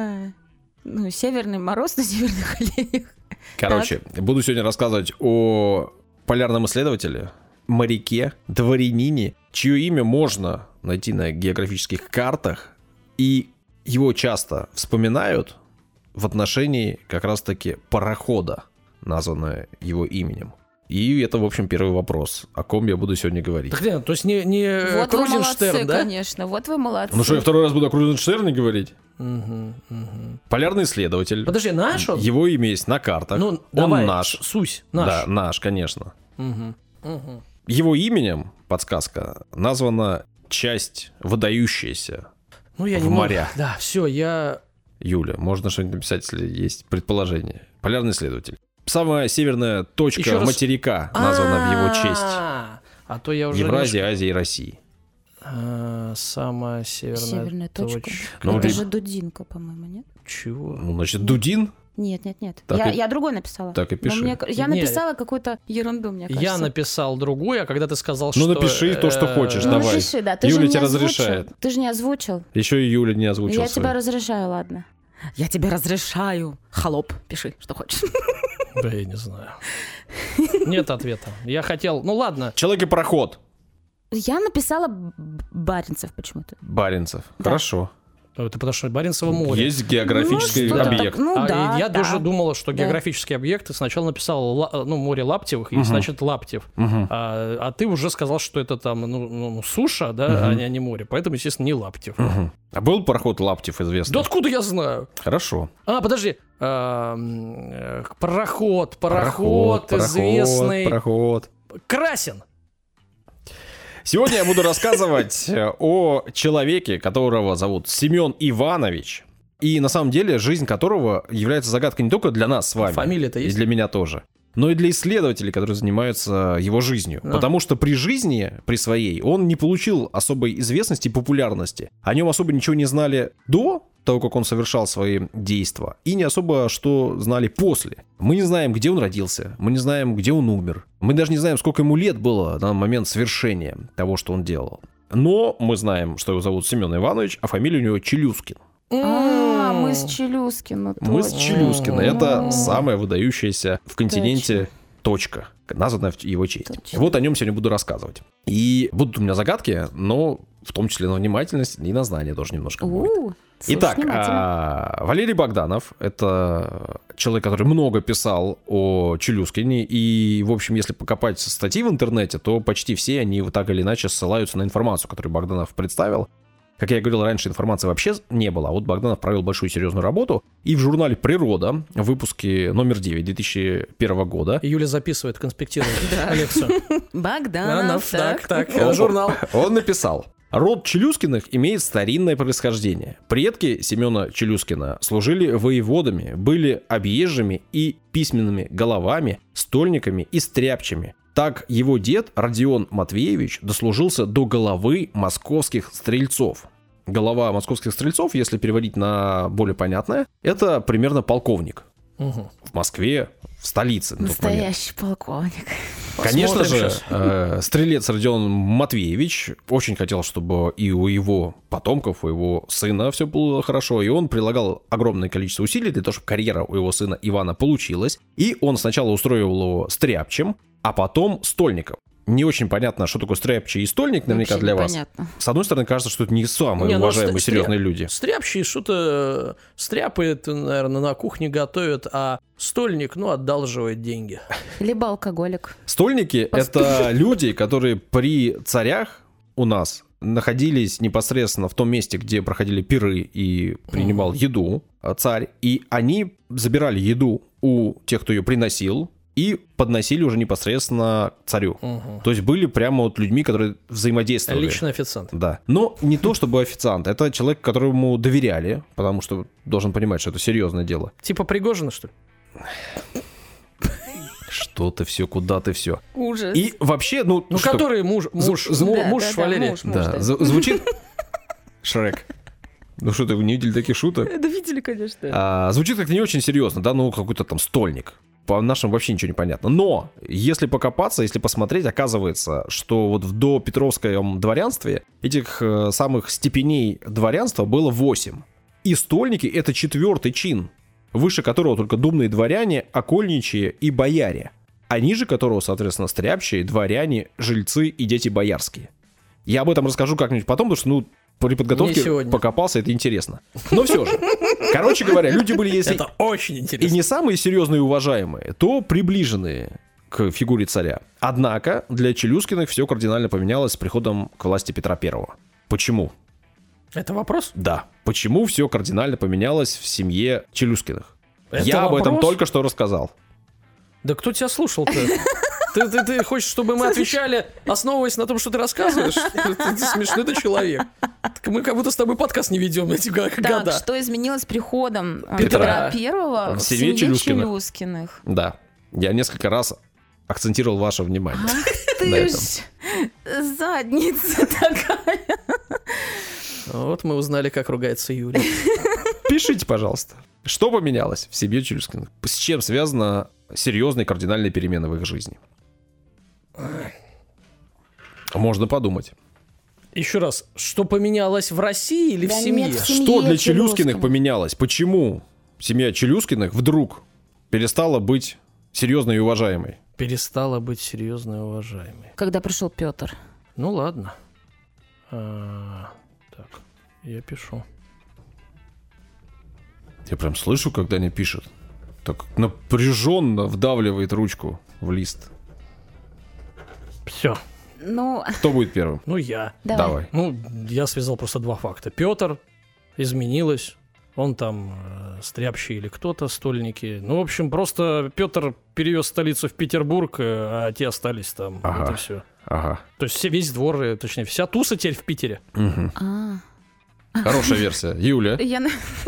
Северный Мороз на северных оленях. Короче, буду сегодня рассказывать о полярном исследователе, моряке, дворянине, чье имя можно найти на географических картах, и его часто вспоминают в отношении как раз-таки парохода, названное его именем. И это, в общем, первый вопрос, о ком я буду сегодня говорить. Так нет, то есть не Вот вы молодцы, Крузенштерн, да? конечно. Вот вы молодцы. Что, я второй раз буду о Крузенштерне говорить? Мгм. Полярный исследователь. Подожди, наш он? Его имя есть на картах. Ну, Он давай, наш. Сусь, наш. Да, наш, конечно. Мгм. Его именем, подсказка, названа часть, выдающаяся Я в не могу. морях. Да, все, я... Юля, можно что-нибудь написать, если есть предположение. Полярный исследователь. Самая северная точка Еще раз. материка названа в его честь. А то я уже... Евразия, Азия и Россия. Самая Северная точка. Ну, Это ты- же Дудинка, по-моему, нет? Чего? Значит, Дудин? Нет. Так Я другой написала. так и Но пиши. я Не. написала какую-то ерунду, мне кажется. Я написал другую, а когда ты сказал, что... напиши то, что хочешь, Ну, давай. напиши, да. Ты Юля же не тебе озвучил. разрешает. Ты же не озвучил. Еще и Юля не озвучила Я свой. тебя разрешаю, ладно. Я тебе разрешаю. Холоп, пиши, что хочешь. Да, я не знаю. Нет ответа. Я хотел... Ну ладно. Человек и пароход. Я написала Баренцев почему-то. Баренцев. Да. Хорошо. Это потому что Баренцево море. Есть географический что-то объект. так, да, я да. тоже думала, что Да. географический объект. Ты сначала написал море Лаптевых, и значит Лаптев. А ты уже сказал, что это там суша, да, а не море. Поэтому, естественно, не Лаптев. А был пароход Лаптев известный? Да откуда я знаю? Хорошо. Подожди. Пароход известный. Пароход. Красин. Сегодня я буду рассказывать о человеке, которого зовут Семен Иванович. И на самом деле жизнь которого является загадкой не только для нас с вами. Фамилия-то есть? И для меня тоже. Но и для исследователей, которые занимаются его жизнью. Да. Потому что при жизни, при своей, он не получил особой известности и популярности. О нем особо ничего не знали до того, как он совершал свои действия, и не особо что знали после. Мы не знаем, где он родился, мы не знаем, где он умер. Мы даже не знаем, сколько ему лет было на момент совершения того, что он делал. Но мы знаем, что его зовут Семен Иванович, а фамилия у него Челюскин. Мы с Челюскина. Мы с точно. Челюскина. Это самая выдающаяся в континенте точка, названная в его честь. Точно. Вот о нем сегодня буду рассказывать. И будут у меня загадки, но в том числе на внимательность и на знание тоже немножко будет. Слушай Итак, внимательно. Валерий Богданов — это человек, который много писал о Челюскине, и, в общем, если покопать статьи в интернете, то почти все они вот так или иначе ссылаются на информацию, которую Богданов представил. Как я говорил раньше, информации вообще не было, а вот Богданов провел большую серьезную работу, и в журнале «Природа» в выпуске номер 9 2001 года Юля записывает, конспектирует лекцию. Богданов, Так, журнал. он написал: род Челюскиных имеет старинное происхождение. Предки Семена Челюскина служили воеводами, были объезжими и письменными головами, стольниками и стряпчими. Так его дед Родион Матвеевич дослужился до головы московских стрельцов. Голова московских стрельцов, если переводить на более понятное, это примерно полковник. Угу. В Москве, в столице. на тот момент. Настоящий полковник. Конечно Посмотрим же, стрелец Родион Матвеевич очень хотел, чтобы и у его потомков, у его сына все было хорошо, и он прилагал огромное количество усилий для того, чтобы карьера у его сына Ивана получилась. И он сначала устроил его стряпчем, а потом стольников. Не очень понятно, что такое стряпчий и стольник, наверняка Вообще для вас. непонятно. С одной стороны, кажется, что это не самые уважаемые, серьезные люди. Стряпчий что-то стряпает, наверное, на кухне готовит, а стольник, одалживает деньги. Либо алкоголик. Стольники — это люди, которые при царях у нас находились непосредственно в том месте, где проходили пиры и принимал еду царь, и они забирали еду у тех, кто ее приносил, и подносили уже непосредственно царю. То есть были прямо вот людьми, которые взаимодействовали. Личный официант. Да. Но не то чтобы официант, это человек, которому доверяли, потому что должен понимать, что это серьезное дело. Типа Пригожина, что ли? Что ты все, куда ты все. Ужас. И вообще, что? Который муж Валерия. Да, звучит... Шрек. Ну что, ты не видели таких шуток? Да видели, конечно. Звучит как-то не очень серьезно, да, какой-то там стольник. По-нашему вообще ничего не понятно. Но, если покопаться, если посмотреть, оказывается, что вот в допетровском дворянстве этих самых степеней дворянства было 8. И стольники — это 4-й чин, выше которого только думные дворяне, окольничьи и бояре. А ниже которого, соответственно, стряпчие, дворяне, жильцы и дети боярские. Я об этом расскажу как-нибудь потом, потому что, при подготовке покопался, это интересно. Но все же. Короче говоря, люди были, если... Это очень интересно. И не самые серьезные и уважаемые, то приближенные к фигуре царя. Однако для Челюскиных все кардинально поменялось с приходом к власти Петра Первого. Почему? Это вопрос? Да. Почему все кардинально поменялось в семье Челюскиных? Я вопрос? об этом только что рассказал. Да кто тебя слушал-то? Ты хочешь, чтобы мы отвечали, основываясь на том, что ты рассказываешь? Ты смешной ты человек. Мы как будто с тобой подкаст не ведем эти года. Так, что изменилось с приходом Петра Петра Первого в семье семье Челюскиных. Челюскиных? Да. Я несколько раз акцентировал ваше внимание. Ах на ты этом. ж задница такая. Вот мы узнали, как ругается Юля. Пишите, пожалуйста. Что поменялось в семье Челюскиных? С чем связана серьезные кардинальные перемены в их жизни? Можно подумать. Еще раз, что поменялось в России или в Да семье? нет, в семье. Что для Челюскиных Челюскиных поменялось? Почему семья Челюскиных вдруг перестала быть серьезной и уважаемой? Перестала быть серьезной и уважаемой. Когда пришел Петр. Ну ладно. Так, я пишу. Я прям слышу, когда они пишут. Так напряженно вдавливает ручку в лист. Все. Ну, Кто будет первым? Я. Давай. Я связал просто два факта. Петр изменилось. Он там стряпчий или кто-то, стольники. В общем, просто Петр перевез столицу в Петербург, а те остались там. Ага. Вот и все. Ага. То есть весь двор, точнее, вся туса теперь в Питере. Угу. Хорошая версия. Юля. я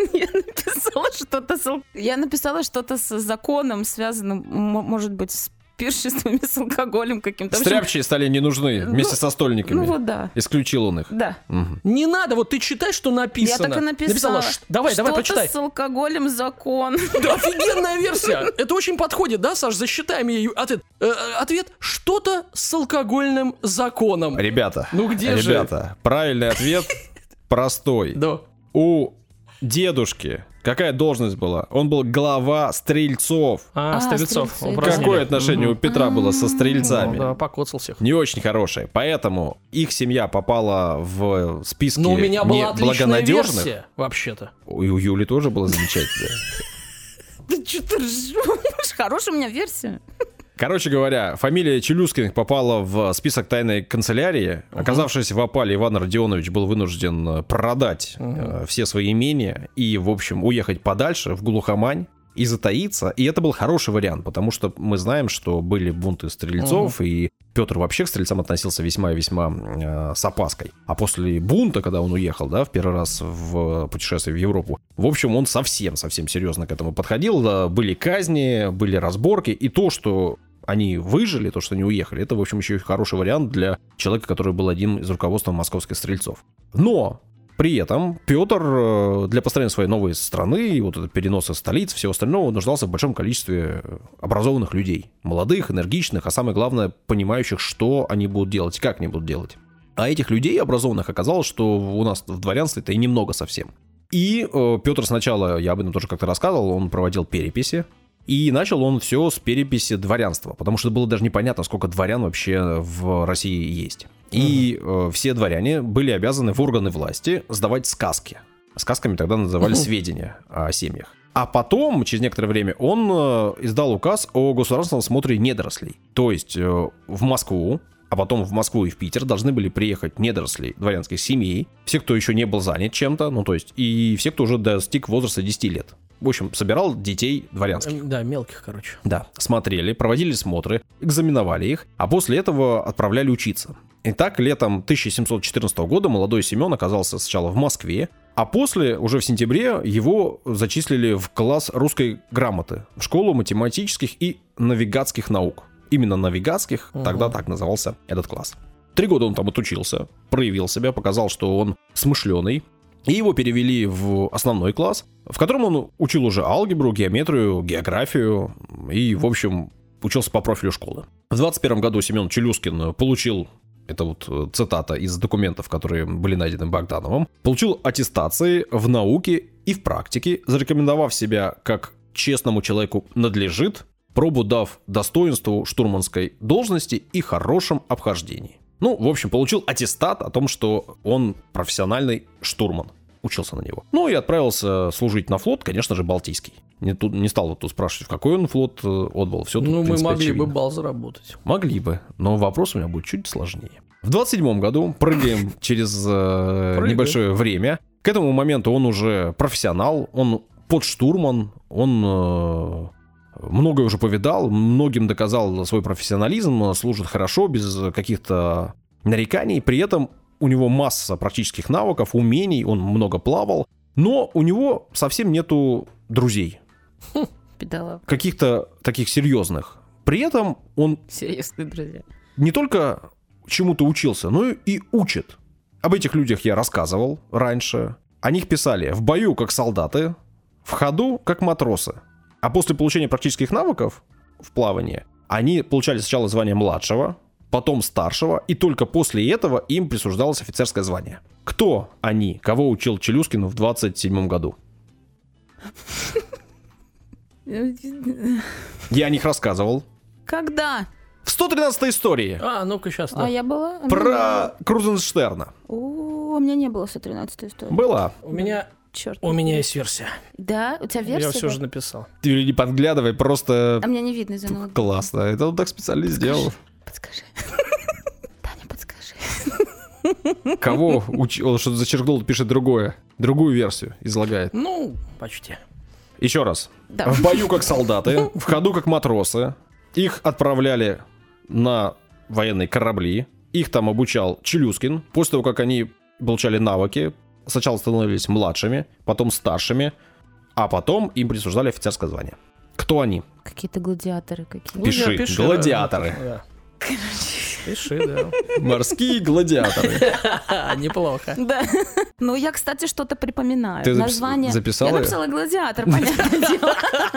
написала что-то с законом, связанным, может быть, с пиршествами, с алкоголем каким-то. Стряпчие стали не нужны вместе со стольниками. Ну вот да. Исключил он их. Да. Мгм. Не надо, вот ты читай, что написано. Я так и написала. Давай, что-то прочитай. с алкоголем закон. Да, офигенная версия. Это очень подходит, да, Саш? Засчитаем ей ответ. Ответ: что-то с алкогольным законом. Ребята, Ну где же? Ребята, правильный ответ простой. Да. У дедушки какая должность была? Он был глава стрельцов. Стрельцов. стрельцы. упразднили. Какое отношение у Петра было со стрельцами? Да, покоцал всех. Не очень хорошее. Поэтому их семья попала в списки Но у меня была отличная неблагонадежных. версия, вообще-то. У Юли тоже было замечательно. Ты что ты ржешь? Хорошая у меня версия. Короче говоря, фамилия Челюскиных попала в список тайной канцелярии. Оказавшись в опале, Иван Родионович был вынужден продать все свои имения и, в общем, уехать подальше, в глухомань, и затаиться. И это был хороший вариант, потому что мы знаем, что были бунты стрельцов, и Петр вообще к стрельцам относился весьма и весьма с опаской. А после бунта, когда он уехал, да, в первый раз в путешествие в Европу, в общем, он совсем серьезно к этому подходил. Были казни, были разборки, и то, что они выжили, то, что они уехали, это, в общем, еще и хороший вариант для человека, который был одним из руководства московских стрельцов. Но при этом Петр для построения своей новой страны, и вот это переноса столиц, всего остального, нуждался в большом количестве образованных людей. Молодых, энергичных, а самое главное, понимающих, что они будут делать и как они будут делать. А этих людей образованных оказалось, что у нас в дворянстве-то и немного совсем. И Петр сначала, я об этом тоже как-то рассказывал, он проводил переписи. И начал он все с переписи дворянства, потому что было даже непонятно, сколько дворян вообще в России есть. И все дворяне были обязаны в органы власти сдавать сказки. Сказками тогда называли сведения о семьях. А потом, через некоторое время, он издал указ о государственном смотре недорослей. То есть в Москву, а потом в Москву и в Питер должны были приехать недоросли дворянских семей, все, кто еще не был занят чем-то, ну то есть, и все, кто уже достиг возраста 10 лет. В общем, собирал детей дворянских. Да, мелких, короче. Да, смотрели, проводили смотры, экзаменовали их, а после этого отправляли учиться. Итак, летом 1714 года молодой Семен оказался сначала в Москве, а после, уже в сентябре, его зачислили в класс русской грамоты, в школу математических и навигатских наук. Именно навигатских, тогда так назывался этот класс. 3 года он там отучился, проявил себя, показал, что он смышленый. И его перевели в основной класс, в котором он учил уже алгебру, геометрию, географию и, в общем, учился по профилю школы. В 21 году Семен Челюскин получил, это вот цитата из документов, которые были найдены Богдановым, получил аттестации в науке и в практике, зарекомендовав себя как честному человеку надлежит, пробу дав достоинству штурманской должности и хорошем обхождении. Ну, в общем, получил аттестат о том, что он профессиональный штурман. Учился на него. Ну и отправился служить на флот, конечно же, Балтийский. Не стал вот тут спрашивать, в какой он флот отбыл. Все тут, ну, в принципе, мы могли очевидно. бы бал заработать. Могли бы, но вопрос у меня будет чуть сложнее. В 27 году прыгаем через небольшое время. К этому моменту он уже профессионал, он подштурман, он многое уже повидал, многим доказал свой профессионализм, служит хорошо, без каких-то нареканий. При этом у него масса практических навыков, умений, он много плавал, но у него совсем нету друзей. Педалов. Каких-то таких серьезных. При этом он Серьезные друзья. не только чему-то учился, но и учит. Об этих людях я рассказывал раньше. О них писали в бою как солдаты, в ходу как матросы. А после получения практических навыков в плавании они получали сначала звание младшего, потом старшего, и только после этого им присуждалось офицерское звание. Кто они? Кого учил Челюскин в 27 году? Я о них рассказывал. Когда? В 113-й истории Ну-ка, сейчас. А я была? про Крузенштерна. О, у меня не было 113-й истории. Была. У меня Черт. есть версия. Да? У тебя версия? Я все да? же написал. Ты не подглядывай, просто А меня не видно из-за ноутбука. классно. Это он так специально сделал. Подскажи. Таня, подскажи. Кого учил? Он что-то зачеркнул, пишет другую версию, излагает. Ну, почти. Еще раз. Да. В бою как солдаты, в ходу как матросы. Их отправляли на военные корабли. Их там обучал Челюскин. После того, как они получали навыки, сначала становились младшими, потом старшими, а потом им присуждали офицерское звание. Кто они? Какие-то гладиаторы какие-то. Пиши. Гладиаторы. Да. Пиши, да. Морские гладиаторы. Неплохо. Да. Ну, я, кстати, что-то припоминаю. Ты Название... записала? Я написала «Гладиатор», понятное дело.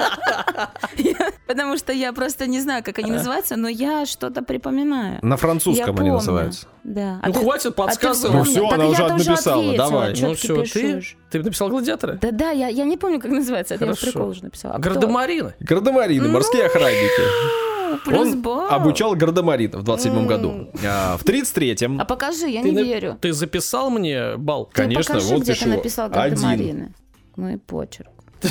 Потому что я просто не знаю, как они называются, но я что-то припоминаю. На Я французском они помню. называются. Да. Ну, хватит А ты подсказывать. Ну вспомни. всё, Так она я уже тоже написала, ответила. давай. Чё Ну ты все, пишешь? ты написал гладиаторы? Да, я не помню, как называется. Это я в Хорошо. прикол уже написала. А кто? Гардемарины. Гардемарины, морские охранники. Плюс Он балл. обучал гардемаринов в 27 году. В 33-м, А покажи, я не верю. Ты записал мне бал? Ты конечно, покажи, вот где ты пишу. написал 1. гардемарины. Мой почерк.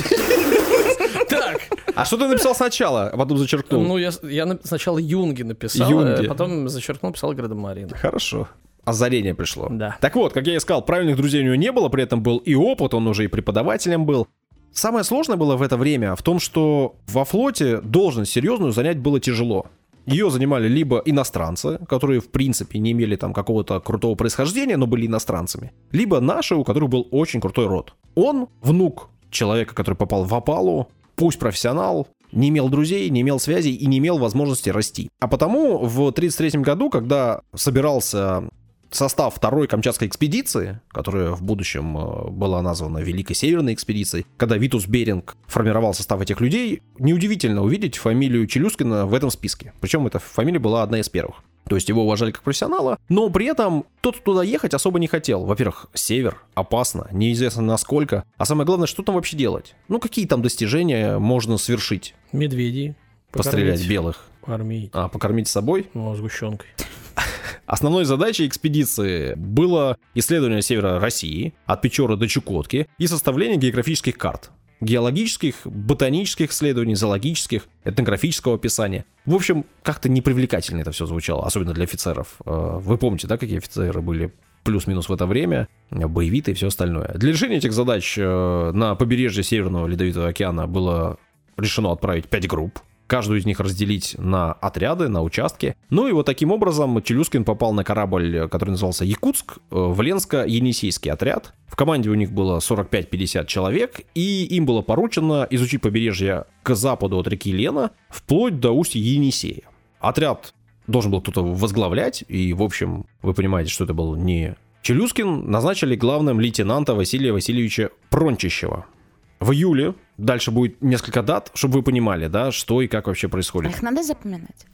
Так. А что ты написал сначала, а потом зачеркнул? Ну, я сначала Юнги написал, Юнги. потом зачеркнул, писал гардемарины. Хорошо. Озарение пришло. Да. Так вот, как я и сказал, правильных друзей у него не было, при этом был и опыт, он уже и преподавателем был. Самое сложное было в это время в том, что во флоте должность серьезную занять было тяжело. Ее занимали либо иностранцы, которые в принципе не имели там какого-то крутого происхождения, но были иностранцами, либо наши, у которых был очень крутой род. Он внук человека, который попал в опалу, пусть профессионал, не имел друзей, не имел связей и не имел возможности расти. А потому в 1933 году, когда собирался состав второй Камчатской экспедиции, которая в будущем была названа Великой Северной экспедицией, когда Витус Беринг формировал состав этих людей, неудивительно увидеть фамилию Челюскина в этом списке. Причем эта фамилия была одна из первых. То То есть его уважали как профессионала, но при этом тот, кто туда ехать, особо не хотел. Во-первых, север, опасно, неизвестно насколько. А самое главное, что там вообще делать? Ну, какие там достижения можно свершить? Медведей. Пострелять белых. Покормить. Покормить с собой? Ну, сгущенкой. Основной задачей экспедиции было исследование севера России, от Печоры до Чукотки, и составление географических карт. Геологических, ботанических исследований, зоологических, этнографического описания. В общем, как-то непривлекательно это все звучало, особенно для офицеров. Вы помните, да, какие офицеры были плюс-минус в это время, боевитые и все остальное. Для решения этих задач на побережье Северного Ледовитого океана было решено отправить 5 групп. Каждую из них разделить на отряды, на участки. Ну и вот таким образом Челюскин попал на корабль, который назывался «Якутск», в Ленско-Енисейский отряд. В команде у них было 45-50 человек, и им было поручено изучить побережье к западу от реки Лена, вплоть до устья Енисея. Отряд должен был кто-то возглавлять, и, в общем, вы понимаете, что это был не Челюскин. Назначили главным лейтенанта Василия Васильевича Прончищева. В июле, дальше будет несколько дат, чтобы вы понимали, да, что и как вообще происходит. Их надо запоминать.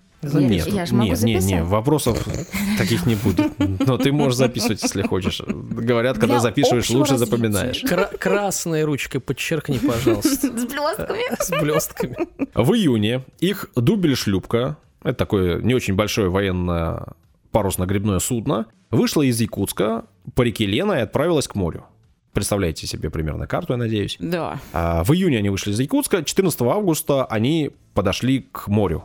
Нет, вопросов таких не будет. Но ты можешь записывать, если хочешь. Говорят, когда записываешь, лучше запоминаешь. Красной ручкой подчеркни, пожалуйста. С блестками. С блестками. В июне их дубель-шлюпка, это такое не очень большое военное парусно-гребное судно, вышла из Якутска по реке Лена и отправилась к морю. Представляете себе примерно карту, я надеюсь. Да. В июне они вышли из Якутска, 14 августа они подошли к морю.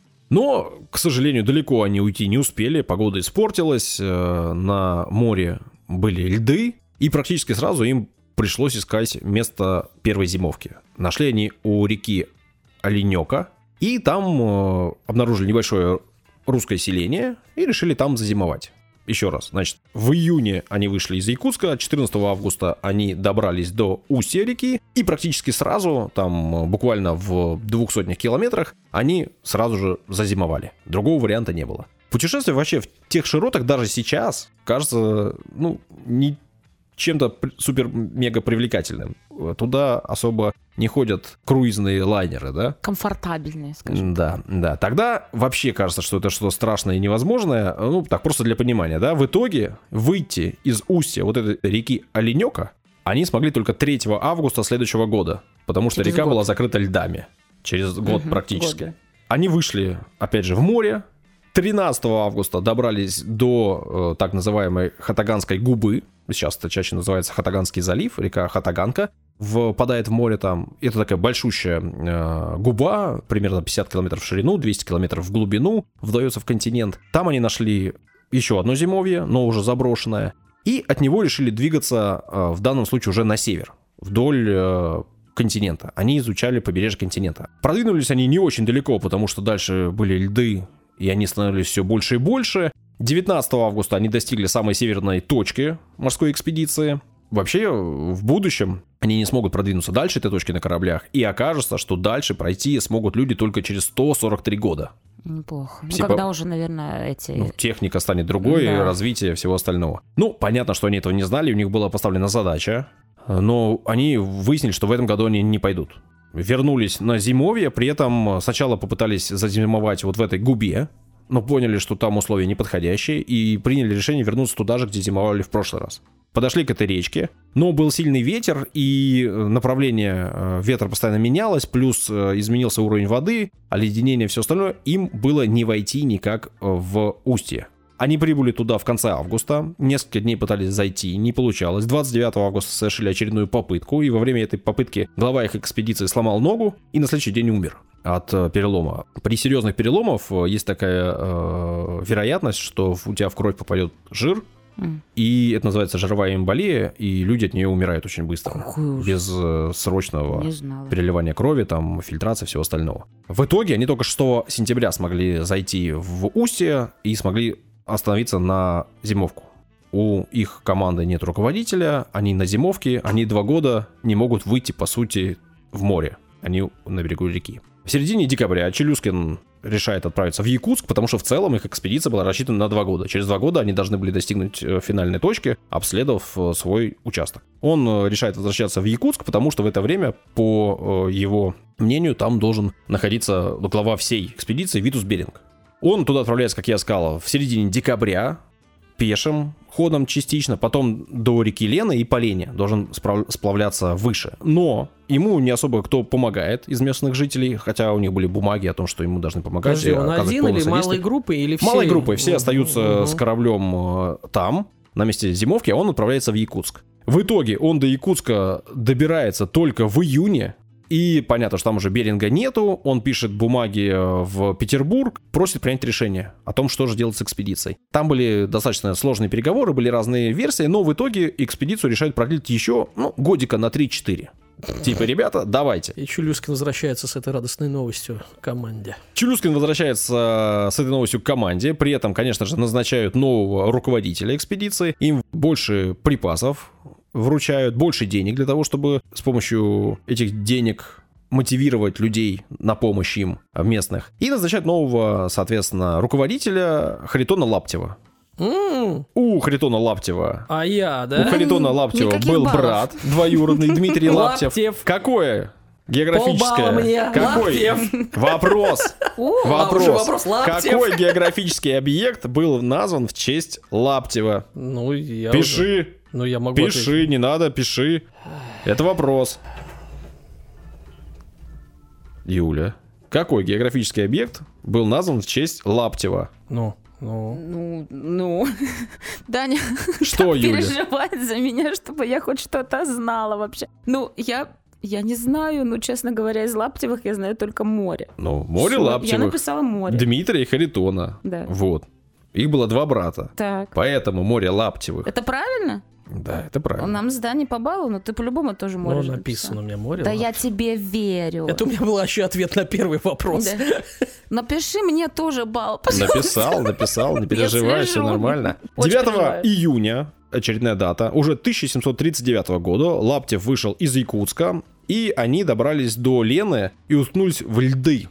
Но, к сожалению, далеко они уйти не успели, погода испортилась, на море были льды, и практически сразу им пришлось искать место первой зимовки. Нашли они у реки Оленёка, и там обнаружили небольшое русское селение, и решили там зазимовать. Еще раз, значит, в июне они вышли из Якутска, 14 августа они добрались до устья реки, и практически сразу, там буквально в 200 километрах, они сразу же зазимовали. Другого варианта не было. Путешествие вообще в тех широтах даже сейчас кажется, не чем-то супер-мега привлекательным. Туда особо не ходят круизные лайнеры, да? Комфортабельные, скажем. Да. Тогда вообще кажется, что это что-то страшное и невозможное. Так, просто для понимания, да? В итоге выйти из устья вот этой реки Оленёка они смогли только 3 августа следующего года, потому что река была закрыта льдами. Через год практически. Год, да. Они вышли, опять же, в море. 13 августа добрались до так называемой Хатаганской губы. Сейчас это чаще называется Хатаганский залив, река Хатаганка. Впадает в море там. Это такая большущая губа, примерно 50 километров в ширину, 200 километров в глубину, вдается в континент. Там они нашли еще одно зимовье, но уже заброшенное. И от него решили двигаться, в данном случае уже на север, вдоль континента. Они изучали побережье континента. Продвинулись они не очень далеко, потому что дальше были льды, и они становились все больше и больше. 19 августа они достигли самой северной точки морской экспедиции. Вообще, в будущем они не смогут продвинуться дальше этой точки на кораблях, и окажется, что дальше пройти смогут люди только через 143 года. Неплохо. Когда уже, наверное, техника станет другой, да. Развитие всего остального. Понятно, что они этого не знали, у них была поставлена задача, но они выяснили, что в этом году они не пойдут. Вернулись на зимовье, при этом сначала попытались зазимовать вот в этой губе, но поняли, что там условия неподходящие, и приняли решение вернуться туда же, где зимовали в прошлый раз. Подошли к этой речке, но был сильный ветер, и направление ветра постоянно менялось, плюс изменился уровень воды, оледенение и все остальное. Им было не войти никак в устье. Они прибыли туда в конце августа, несколько дней пытались зайти, не получалось. 29 августа совершили очередную попытку, и во время этой попытки глава их экспедиции сломал ногу и на следующий день умер от перелома. При серьезных переломах есть такая вероятность, что у тебя в кровь попадет жир, и это называется жировая эмболия, и люди от нее умирают очень быстро, без срочного переливания крови, там, фильтрации, всего остального. В итоге они только 6 сентября смогли зайти в устье и смогли остановиться на зимовку. У их команды нет руководителя, они на зимовке, они 2 года не могут выйти, по сути, в море. Они на берегу реки. В середине декабря Челюскин решает отправиться в Якутск, потому что в целом их экспедиция была рассчитана на 2 года. Через 2 года они должны были достигнуть финальной точки, обследовав свой участок. Он решает возвращаться в Якутск, потому что в это время, по его мнению, там должен находиться глава всей экспедиции Витус Беринг. Он туда отправляется, как я сказал, в середине декабря, пешим ходом частично, потом до реки Лены и по Лене должен сплавляться выше. Но ему не особо кто помогает из местных жителей, хотя у них были бумаги о том, что ему должны помогать. Подожди, он один или малой группой, или все? Малой группой, все остаются с кораблем там, на месте зимовки, а он отправляется в Якутск. В итоге он до Якутска добирается только в июне, и понятно, что там уже Беринга нету, он пишет бумаги в Петербург, просит принять решение о том, что же делать с экспедицией. Там были достаточно сложные переговоры, были разные версии, но в итоге экспедицию решают продлить еще, годика на 3-4. Типа, ребята, давайте. И Челюскин возвращается с этой радостной новостью к команде. Челюскин возвращается с этой новостью к команде. При этом, конечно же, назначают нового руководителя экспедиции. Им больше припасов вручают, больше денег для того, чтобы с помощью этих денег мотивировать людей на помощь им местных. И назначают нового, соответственно, руководителя Харитона Лаптева. У Харитона Лаптева. А я, да? У Харитона Лаптева Никаких был баллов. брат двоюродный Дмитрий Лаптев. Какое географическое? Полбалла мне. Какой? Лаптев. Вопрос. уже вопрос. Лаптев. Какой географический объект был назван в честь Лаптева? Ну, я Пиши. уже... Ну, я могу Пиши, ответить. не надо, пиши. Это вопрос. Юля. Какой географический объект был назван в честь Лаптева? Ну. Даня Что, так Юля? переживает за меня, чтобы я хоть что-то знала вообще. Я не знаю, честно говоря, из Лаптевых я знаю только море. Море Всё, Лаптевых. Я написала море. Дмитрия и Харитона. Да. Вот. Их было 2 брата. Так. Поэтому море Лаптевых. Это правильно? Да, это правильно. Нам с Даней по баллу, но ты по-любому тоже море же написано у меня море. Да Лаптев. я тебе верю. Это у меня был еще ответ на первый вопрос. Да. Напиши мне тоже балл, Написал, не переживай, все слежу. нормально. Очень 9 переживаю. июня, очередная дата, уже 1739 года, Лаптев вышел из Якутска, и они добрались до Лены и уткнулись в льды.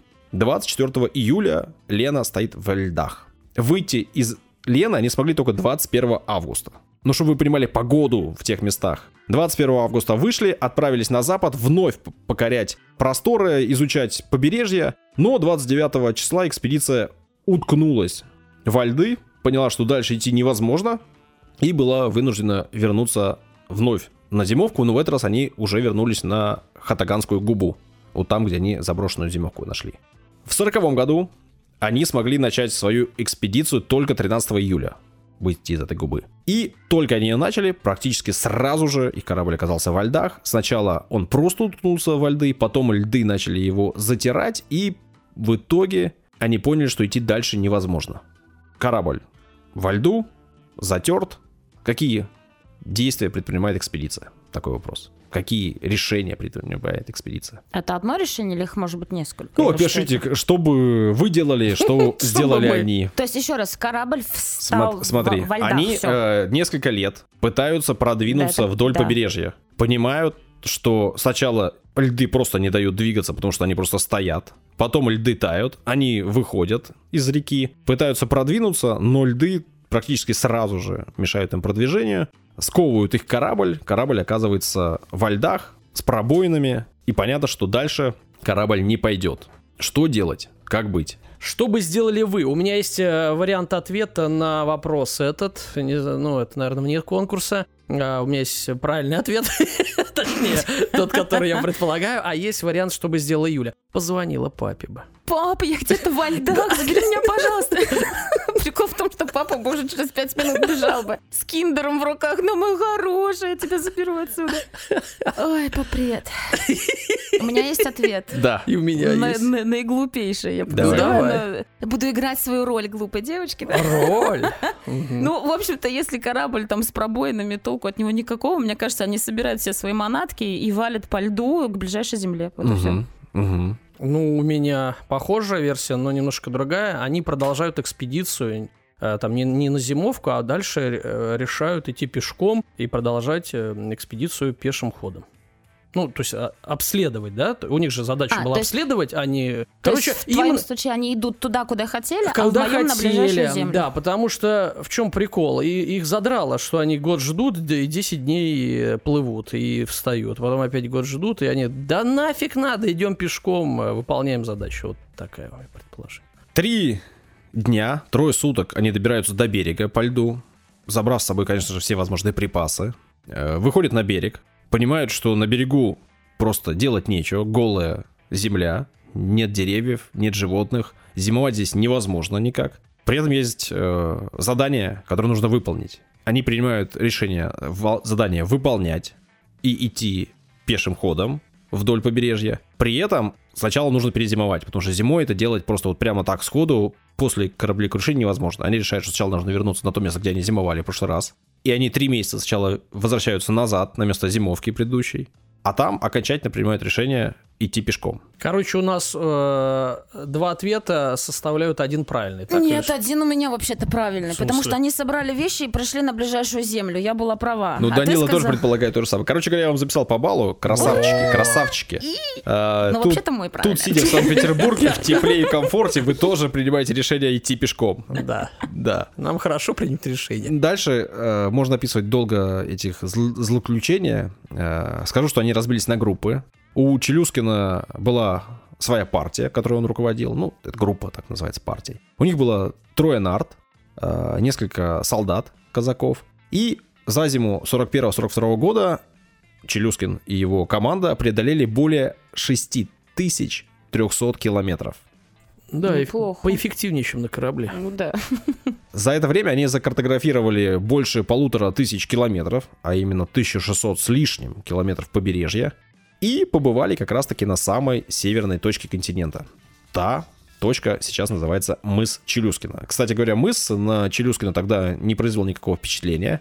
24 июля Лена стоит в льдах. Выйти из Лены они смогли только 21 августа. Чтобы вы понимали погоду в тех местах. 21 августа вышли, отправились на запад, вновь покорять просторы, изучать побережье. Но 29 числа экспедиция уткнулась во льды, поняла, что дальше идти невозможно, и была вынуждена вернуться вновь на зимовку, но в этот раз они уже вернулись на Хатаганскую губу. Вот там, где они заброшенную зимовку нашли. В 40 году они смогли начать свою экспедицию только 13 июля. Выйти из этой губы. И только они ее начали, практически сразу же их корабль оказался во льдах. Сначала он просто уткнулся во льды, потом льды начали его затирать, и в итоге они поняли, что идти дальше невозможно. Корабль во льду, затерт. Какие действия предпринимает экспедиция? Такой вопрос. Какие решения предпринимает экспедиция? Это одно решение или их может быть несколько? Или Пишите, что это? что бы вы делали, что сделали мы. они. То есть, еще раз, корабль встал Смотри, во льдах, они всё. несколько лет пытаются продвинуться Да, это- вдоль да. побережья. Понимают, что сначала льды просто не дают двигаться, потому что они просто стоят. Потом льды тают, они выходят из реки, пытаются продвинуться, но льды практически сразу же мешают им продвижению, сковывают их корабль оказывается во льдах с пробоинами, и понятно, что дальше корабль не пойдет. Что делать? Как быть? Что бы сделали вы? У меня есть вариант ответа на вопрос этот. Это, наверное, вне конкурса. У меня есть правильный ответ. Точнее, тот, который я предполагаю. А есть вариант, что бы сделала Юля. Позвонила папе бы. Папа, я где-то во льдах, забери меня, пожалуйста. Прикол в том, что папа бы уже через 5 минут бежал бы с киндером в руках. Ну, мой хороший, я тебя заберу отсюда. Ой, привет. У меня есть ответ. Да. И у меня есть. Наиглупейший. Я Давай. буду играть свою роль глупой девочки. Да? Роль. Ну, в общем-то, если корабль там с пробоинами, толку от него никакого. Мне кажется, они собирают все свои манатки и валят по льду к ближайшей земле. Вот и всё. Ну, у меня похожая версия, но немножко другая. Они продолжают экспедицию, там не на зимовку, а дальше решают идти пешком и продолжать экспедицию пешим ходом. Ну, то есть обследовать, да? У них же задача была то есть- обследовать, а не... То есть, в твоем случае они идут туда, куда хотели, а в Когда моем на ближайшую землю. да, потому что в чем прикол? И их задрало, что они год ждут, да и 10 дней плывут и встают. Потом опять год ждут, и они, да нафиг надо, идем пешком, выполняем задачу. Вот такая мое предположение. 3 дня, 3 суток они добираются до берега по льду, забрав с собой, конечно же, все возможные припасы, выходят на берег, понимают, что на берегу просто делать нечего, голая земля, нет деревьев, нет животных, зимовать здесь невозможно никак. При этом есть задание, которое нужно выполнить. Они принимают решение задание выполнять и идти пешим ходом вдоль побережья. При этом сначала нужно перезимовать, потому что зимой это делать просто вот прямо так сходу после кораблекрушения невозможно. Они решают, что сначала нужно вернуться на то место, где они зимовали в прошлый раз. И они 3 месяца сначала возвращаются назад на место зимовки предыдущей, а там окончательно принимают решение идти пешком. Короче, у нас 2 ответа составляют один правильный. Так Нет, один у меня вообще-то правильный, потому что они собрали вещи и прошли на ближайшую землю. Я была права. Ну, Данила тоже предполагает то же самое. Короче говоря, я вам записал по баллу. Красавчики. Ну, вообще-то мой правильный. Тут, сидя в Санкт-Петербурге, в тепле и комфорте, вы тоже принимаете решение идти пешком. Да. Нам хорошо принять решение. Дальше можно описывать долго этих злоключения. Скажу, что они разбились на группы. У Челюскина была своя партия, которой он руководил. Ну, это группа, так называется, партией. У них было 3 нарт, несколько солдат, казаков. И за зиму 41-42 года Челюскин и его команда преодолели более 6300 километров. Да, и поэффективнее, чем на корабле. Ну да. За это время они закартографировали больше 1500 километров, а именно 1600 с лишним километров побережья. И побывали как раз-таки на самой северной точке континента. Та точка сейчас называется мыс Челюскина. Кстати говоря, мыс на Челюскина тогда не произвел никакого впечатления.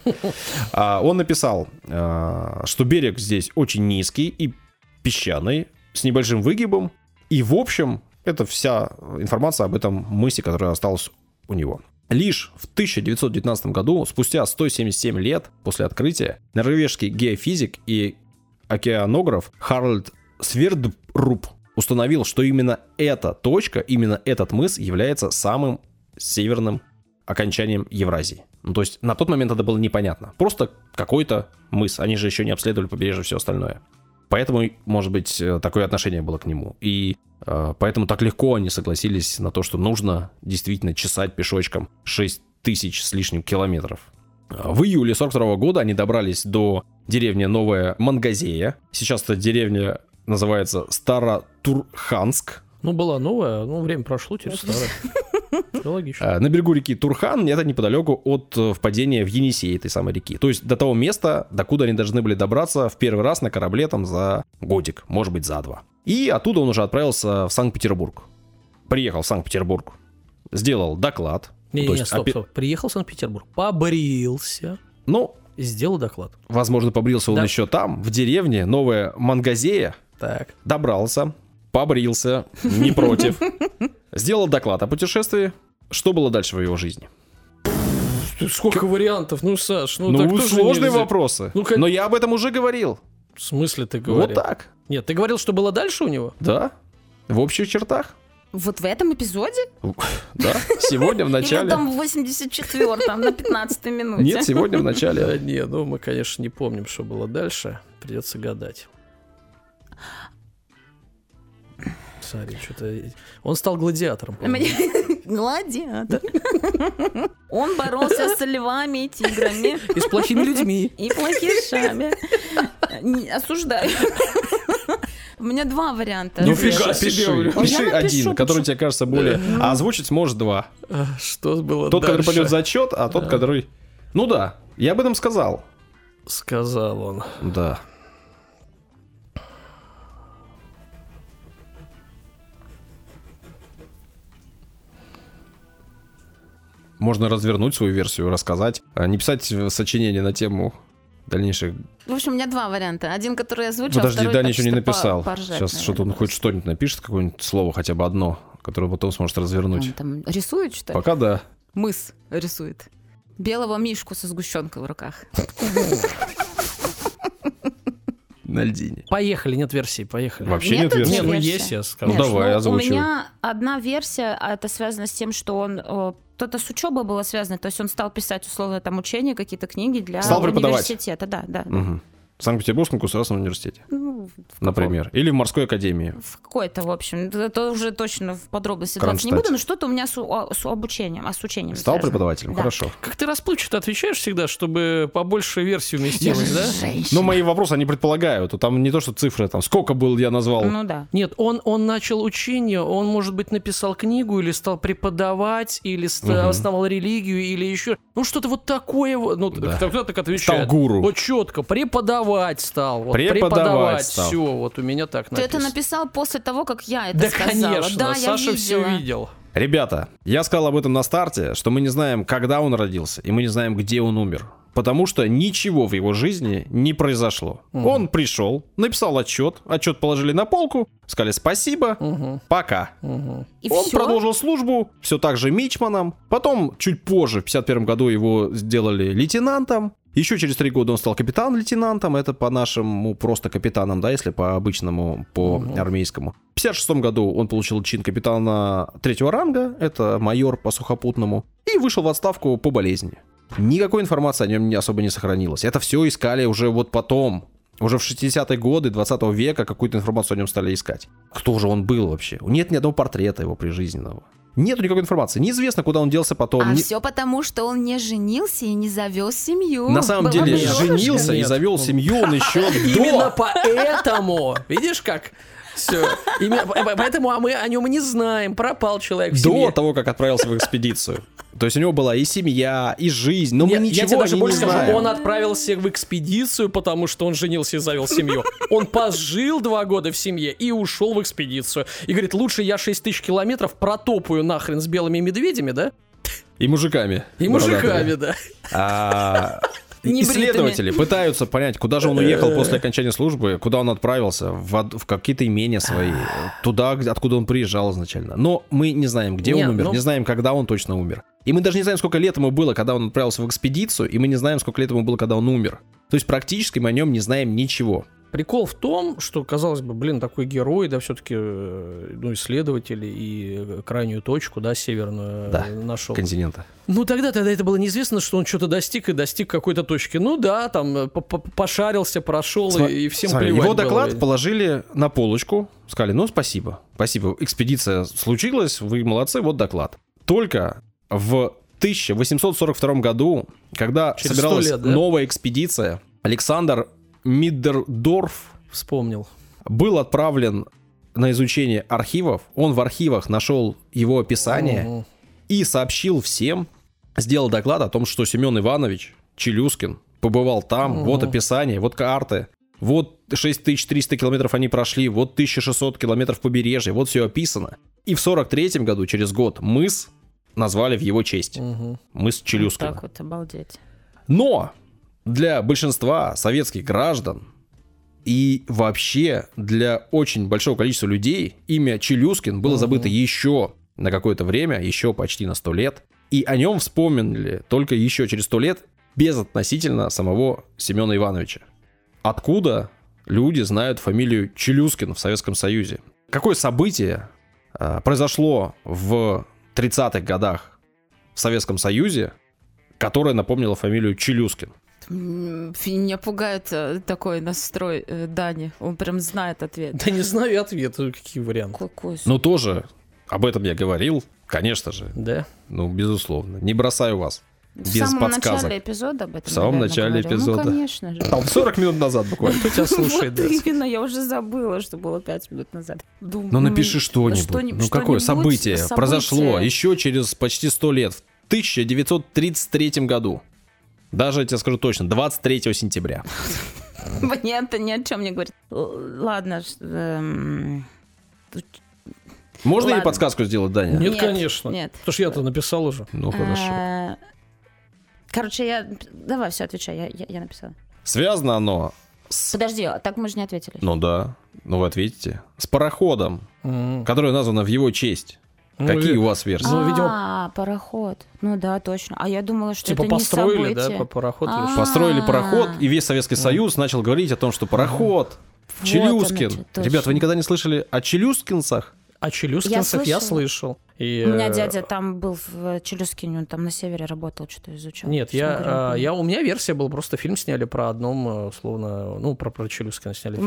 Он написал, что берег здесь очень низкий и песчаный, с небольшим выгибом. И в общем, это вся информация об этом мысе, которая осталась у него. Лишь в 1919 году, спустя 177 лет после открытия, норвежский геофизик и океанограф Харальд Свердруб установил, что именно эта точка, именно этот мыс является самым северным окончанием Евразии. Ну, то есть на тот момент это было непонятно. Просто какой-то мыс. Они же еще не обследовали побережье и все остальное. Поэтому, может быть, такое отношение было к нему. И поэтому так легко они согласились на то, что нужно действительно чесать пешочком 6000 с лишним километров. В июле 42 года они добрались до деревни Новая Мангазея. Сейчас эта деревня называется Старотурханск. Ну, была новая, но время прошло, теперь старая. Логично. На берегу реки Турхан, это неподалеку от впадения в Енисей этой самой реки. То есть до того места, докуда они должны были добраться в первый раз на корабле там за годик, может быть, за 2. И оттуда он уже отправился в Санкт-Петербург. Приехал в Санкт-Петербург, сделал доклад. Стоп. Приехал в Санкт-Петербург, побрился. Ну, сделал доклад. Возможно, побрился он еще там, в деревне Новая Мангазея. Так. Добрался, побрился, не против. Сделал доклад о путешествии. Что было дальше в его жизни? Сколько вариантов? Ну, Саш, так сложные вопросы. Но я об этом уже говорил. В смысле ты говорил? Вот так. Нет, ты говорил, что было дальше у него? Да, в общих чертах. Вот в этом эпизоде? Да, сегодня в начале. Или там в 84-м, на 15-й минуте? Нет, сегодня в начале. Да не, мы, конечно, не помним, что было дальше. Придется гадать. Смотри, что-то... Он стал гладиатором. Гладиатор. Он боролся с львами и тиграми. И с плохими людьми. И плохишами. Осуждаю. У меня 2 варианта. Ну, пиши один, который тебе кажется более... А озвучить сможешь 2. Что было тот, дальше? Который пойдет в зачет, а тот, который... Ну да, я об этом сказал. Сказал он. Да. Можно развернуть свою версию, рассказать. Не писать сочинение на тему дальнейших... В общем, у меня 2 варианта. Один, который я озвучил, Подожди, Даня еще не написал. Сейчас что-то он хоть что-нибудь напишет, какое-нибудь слово, хотя бы одно, которое потом сможет развернуть. Он там рисует, что ли? Пока да. Мыс рисует. Белого мишку со сгущенкой в руках. На льдине. Поехали, нет версии, поехали. Вообще нет версии? Не, ну есть, я скажу. Ну давай, озвучивай. У меня одна версия, а это связано с тем, что он... Что-то с учебой было связано, то есть он стал писать условно там учения, какие-то книги для университета. Да. Угу. В Санкт-Петербургском государственном университете. Ну, Например. Или в морской академии. В какой-то, в общем. Это уже точно в подробности В вдаваться не Кронштадте. буду, но что-то у меня с обучением, с учением Стал связано. преподавателем? Да. Хорошо. Как ты расплывчато отвечаешь всегда, чтобы побольше версий вместилось, да? Женщина. Но мои вопросы, они предполагают. Там не то, что цифры, там, сколько был, я назвал. Ну да. Нет, он начал учение, он, может быть, написал книгу или стал преподавать, или основал религию, или еще... Ну, что-то вот такое вот. Ну, Да. кто так отвечает? Стал гуру. Вот четко, преподавать стал. Вот, Преподавать стал. Все, вот у меня так Ты написано. это написал после того, как я это Да, сказала. конечно, Да, Саша я все видела. видел. Ребята, я сказал об этом на старте, что мы не знаем, когда он родился, и мы не знаем, где он умер. Потому что ничего в его жизни не произошло. Он пришел, написал отчет положили на полку, сказали спасибо, пока. И Он всё? продолжил службу, все так же мичманом. Потом, чуть позже, в 51 году его сделали лейтенантом. Еще через 3 года он стал капитан-лейтенантом. Это по-нашему просто капитаном, да, если по-обычному, по-армейскому. В 56 году он получил чин капитана 3-го ранга, это майор по сухопутному, и вышел в отставку по болезни. Никакой информации о нем особо не сохранилось. Это все искали уже вот потом. Уже в 60-е годы 20 века какую-то информацию о нем стали искать. Кто же он был вообще? Нет ни одного портрета его прижизненного. Нету никакой информации. Неизвестно, куда он делся потом. А все потому, что он не женился и не завел семью. На самом Была деле бы женушка. женился и Нет. завел семью он еще Именно до... поэтому, видишь как? Все. Поэтому мы о нем и не знаем. Пропал человек в До семье. того, как отправился в экспедицию. То есть у него была и семья, и жизнь, но мы Я тебе ничего даже не больше скажу, знаем. он отправился в экспедицию, потому что он женился и завел семью. Он пожил 2 года в семье и ушел в экспедицию. И говорит, лучше я 6000 километров протопаю нахрен с белыми медведями, да? И мужиками. И бородатыми. мужиками, да. Небритыми. Исследователи пытаются понять, куда же он уехал после окончания службы, куда он отправился, в какие-то имения свои, туда, откуда он приезжал изначально. Но мы не знаем, где Нет, он умер, ну- не знаем, когда он точно умер. И мы даже не знаем, сколько лет ему было, когда он отправился в экспедицию, и мы не знаем, сколько лет ему было, когда он умер. То есть практически мы о нем не знаем ничего. Прикол в том, что, казалось бы, блин, такой герой, да, все-таки, ну, исследователь и крайнюю точку, да, северную Да, нашел. Континента. Ну, тогда это было неизвестно, что он что-то достиг и достиг какой-то точки. Ну, да, там, пошарился, прошел, и всем Смотри, плевать его было. доклад положили на полочку, сказали, ну, спасибо, экспедиция случилась, вы молодцы, вот доклад. Только в 1842 году, когда Через 100 собиралась лет, да? новая экспедиция, Александр Миддердорф Вспомнил. был отправлен на изучение архивов. Он в архивах нашел его описание Мгм. и сообщил всем, сделал доклад о том, что Семен Иванович Челюскин побывал там, вот описание, вот карты, вот 6300 километров они прошли, вот 1600 километров побережья, вот все описано. И в 43-м году, через год, мыс назвали в его честь. Мыс Челюскина. Так вот, обалдеть. Но для большинства советских граждан и вообще для очень большого количества людей имя Челюскин было забыто еще на какое-то время, еще почти на 100 лет. И о нем вспомнили только еще через 100 лет безотносительно самого Семена Ивановича. Откуда люди знают фамилию Челюскин в Советском Союзе? Какое событие произошло в 30-х годах в Советском Союзе, которое напомнило фамилию Челюскин? Меня пугает такой настрой Дани. Он прям знает ответ. Да не знаю ответ, какие варианты. Какой Ну, тоже об этом я говорил, конечно же. Да. Ну, безусловно. Не бросаю вас. В Без самом подсказок. начале эпизода об этом, В самом наверное, начале говорил. эпизода. Ну, конечно же. Там 40 минут назад буквально. Кто тебя слушает, Вот да? именно, я уже забыла, что было 5 минут назад. Думаю, Ну, напиши что-нибудь. Ну, какое событие произошло еще через почти 100 лет, в 1933 году. Даже, я тебе скажу точно, 23 сентября. Мне это ни о чем не говорит. Ладно. Можно ей Ладно. подсказку сделать, Даня? Нет, Нет, конечно. нет. Потому что я-то написал уже. Ну, хорошо. Короче, давай, все, отвечай, я написала. Связано оно с... Подожди, так мы же не ответили. Ну да, ну вы ответите. С пароходом, Мгм. которое названо в его честь. Ну, Какие и- у вас версии? Ну, видимо- Пароход. Ну да, точно. А я думала, что Типа это не построили, да, событие. по пароход или А. что? Построили пароход, и весь Советский Союз начал говорить о том, что пароход, Вот Челюскин. оно что, точно. Ребят, вы никогда не слышали о челюскинцах? О челюскинцах я слышала. слышал. И, У меня дядя там был в Челюскине, он там на севере работал, что-то изучал. Нет, Честно говоря, у меня версия была, просто фильм сняли про одном, условно, ну, про Челюскина сняли фильм.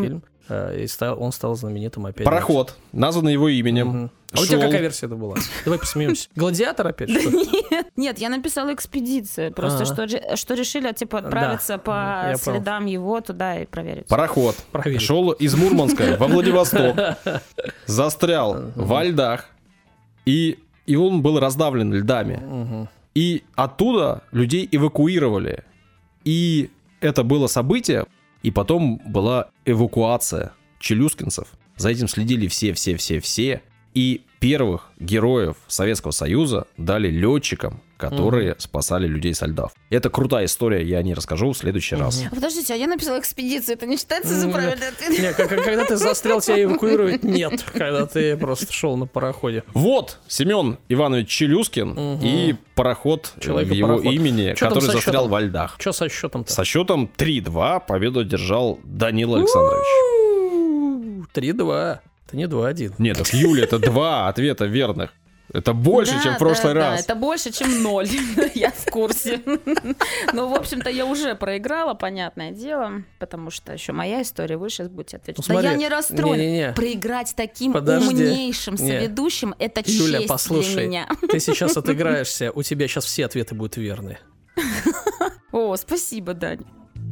И он стал знаменитым опять. Пароход, названный его именем. А у тебя какая версия это была? Давай посмеемся. Гладиатор опять, что ли? Нет, я написала экспедиция. Просто что решили, типа, отправиться по следам его туда и проверить. Пароход шел из Мурманска во Владивосток, застрял во льдах, и он был раздавлен льдами. И оттуда людей эвакуировали. И это было событие, и потом была эвакуация челюскинцев. За этим следили все. И первых героев Советского Союза дали летчикам, которые спасали людей со льдов. Это крутая история, я о ней расскажу в следующий раз. Подождите, а я написала экспедицию, это не считается за правильный ответ? Нет, когда ты застрял, тебя эвакуировать нет, когда ты просто шел на пароходе. Вот Семен Иванович Челюскин и пароход в его имени, который застрял во льдах. Что со счетом-то? Со счетом 3-2 победу одержал Данил Александрович. 3-2. Это не 2-1. Нет, так Юля, это 2 ответа верных. Это больше, чем в прошлый раз. Да, это больше, чем 0. Я в курсе. Ну, в общем-то, я уже проиграла, понятное дело, потому что еще моя история, вы сейчас будете отвечать. Да я не расстроена. Проиграть таким умнейшим соведущим — это честь для меня. Юля, послушай, ты сейчас отыграешься, у тебя сейчас все ответы будут верные. О, спасибо, Дань.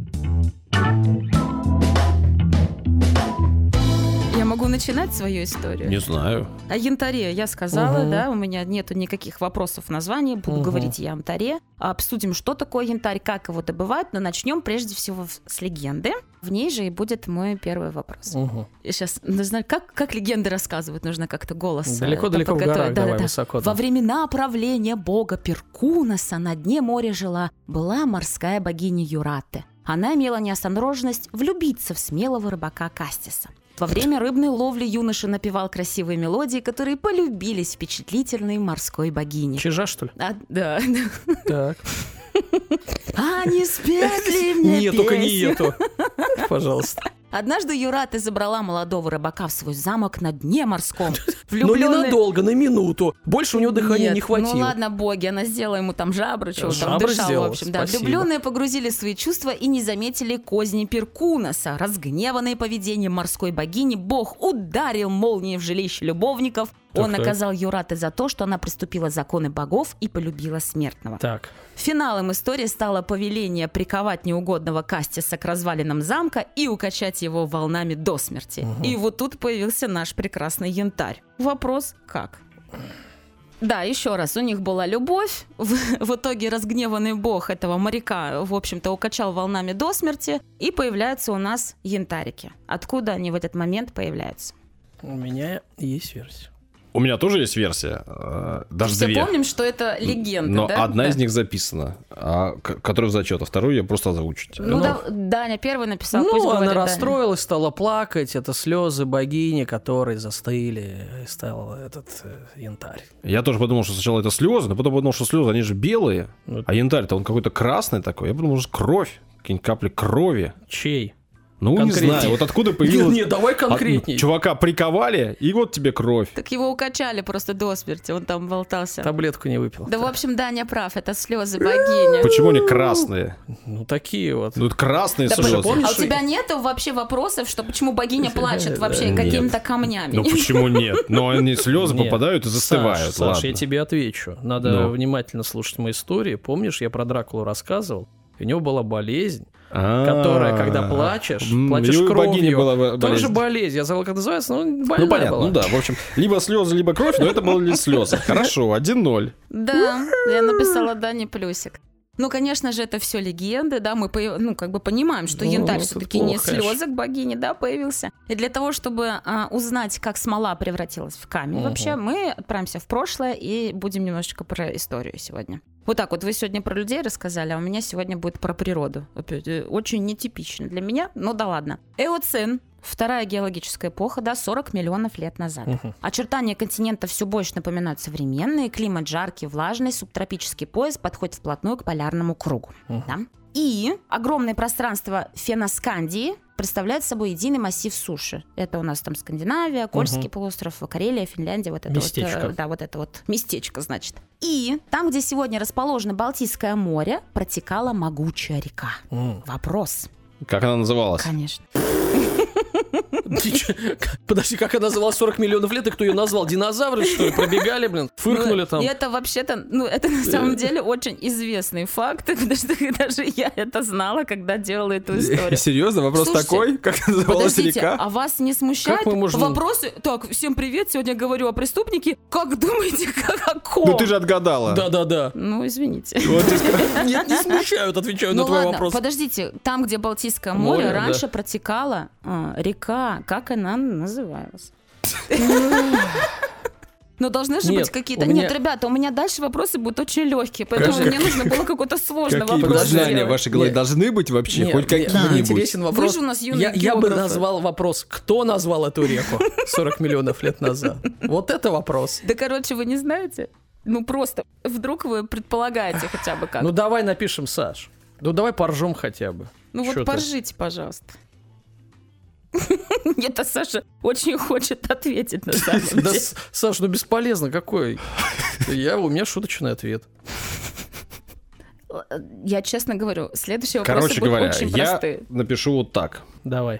Я могу начинать свою историю? Не знаю. О янтаре я сказала, да, у меня нету никаких вопросов в названии, буду говорить я о янтаре. Обсудим, что такое янтарь, как его добывают, но начнем прежде всего с легенды. В ней же и будет мой первый вопрос. Я сейчас, не знаю, как легенды рассказывают, нужно как-то голос далеко-далеко в горах, давай высоко. Во времена правления бога Перкунаса на дне моря была морская богиня Юрате. Она имела неосторожность влюбиться в смелого рыбака Кастиса. Во время рыбной ловли юноша напевал красивые мелодии, которые полюбились впечатлительной морской богине. Чижа, что ли? Да. Так. А не спят ли мне Нет, только не эту. Пожалуйста. Однажды Юрате забрала молодого рыбака в свой замок на дне морском. Ну, ненадолго, на минуту. Больше у него дыхания не хватило. Ну ладно, боги, она сделала ему там жабры, что он там дышал, в общем. Да. Влюбленные погрузили свои чувства и не заметили козни Перкунаса. Разгневанный поведением морской богини, бог ударил молнией в жилище любовников. Он наказал Юрате за то, что она приступила законы богов и полюбила смертного. Так. Финалом истории стало повеление приковать неугодного Кастиса к развалинам замка и укачать его волнами до смерти. И вот тут появился наш прекрасный янтарь. Вопрос: как? Да, еще раз, у них была любовь. В итоге разгневанный бог этого моряка, в общем-то, укачал волнами до смерти. И появляются у нас янтарики. Откуда они в этот момент появляются? У меня есть версия. У меня тоже есть версия, даже все 2. Помним, что это легенда, но да? Одна из них записана, которая в зачет, а вторую я просто озвучу. Даня первый написал, пусть говорит, она расстроилась, стала плакать, это слезы богини, которые застыли, и стал этот янтарь. Я тоже подумал, что сначала это слезы, но потом подумал, что слезы, они же белые, а янтарь-то он какой-то красный такой. Я подумал, что кровь, какие-нибудь капли крови. Чей? Ну, не знаю, вот откуда появилось... Нет, давай конкретней. Чувака приковали, и вот тебе кровь. Так его укачали просто до смерти, он там болтался. Таблетку не выпил. Да, в общем, Даня прав, это слезы богини. Почему они красные? Ну, такие вот. Ну, это красные слезы. А у тебя нету вообще вопросов, что почему богиня плачет вообще какими-то камнями? Ну, почему нет? Но они слезы попадают и застывают. Саш, я тебе отвечу. Надо внимательно слушать мои истории. Помнишь, я про Дракулу рассказывал? У него была болезнь, которая, когда плачешь кровью, тоже болезнь. Я забыл, как называется, но больная была. Ну, понятно, ну да, в общем, либо слезы, либо кровь, но это были слезы. Хорошо, 1-0. Да, я написала Дане плюсик. Ну, конечно же, это все легенды, да, мы понимаем, что янтарь все-таки не слезы к богине, да, появился. И для того, чтобы узнать, как смола превратилась в камень, вообще мы отправимся в прошлое и будем немножечко про историю сегодня. Вот так вот, вы сегодня про людей рассказали, а у меня сегодня будет про природу. Опять, очень нетипично для меня, но да ладно. Эоцен. Вторая геологическая эпоха, да, 40 миллионов лет назад. Очертания континента все больше напоминают современные. Климат жаркий, влажный, субтропический пояс подходит вплотную к полярному кругу. Да? И огромное пространство Феноскандии представляет собой единый массив суши. Это у нас там Скандинавия, Кольский полуостров, Карелия, Финляндия. Вот это местечко. Вот, да, вот это вот местечко, значит. И там, где сегодня расположено Балтийское море, протекала могучая река. Вопрос. Как она называлась? Конечно. Подожди, как она называла 40 миллионов лет, и кто ее назвал? Динозавры, что ли, пробегали, блин, фыркнули там? И это вообще-то, это на самом деле очень известный факт, потому что даже я это знала, когда делала эту историю. Серьезно? Вопрос Слушайте, такой? Как называлась Подождите, река? а вас не смущает Как мы можем- вопросы? Так, всем привет, сегодня говорю о преступнике. Как думаете, о ком? Ну ты же отгадала. Да. Ну, извините. Вот ты сказала. Нет, не смущают, отвечаю на Ну твой ладно, вопрос. подождите, там, где Балтийское море, Море, раньше да. протекала река, как она называлась? Но должны же Нет, быть какие-то... у меня- Нет, ребята, у меня дальше вопросы будут очень легкие, поэтому мне нужно было какой-то сложный Какие вопрос знания в сделать. вашей голове Нет. должны быть вообще? Хоть Мне какие-нибудь? интересен вопрос. Вы же у нас юные Я бы географы. назвал вопрос, кто назвал эту реку 40 миллионов лет назад? Вот это вопрос. Да, короче, вы не знаете? Ну, просто вдруг вы предполагаете хотя бы как. Ну давай напишем, Саш. Ну давай поржем хотя бы. Ну Чё вот ты? поржите, пожалуйста. Нет, а Саша очень хочет ответить на самом Да, деле. Саш, ну бесполезно, какой? У меня шуточный ответ. Я честно говорю, следующие вопросы Короче будут говоря, очень я простые. напишу вот так. Давай.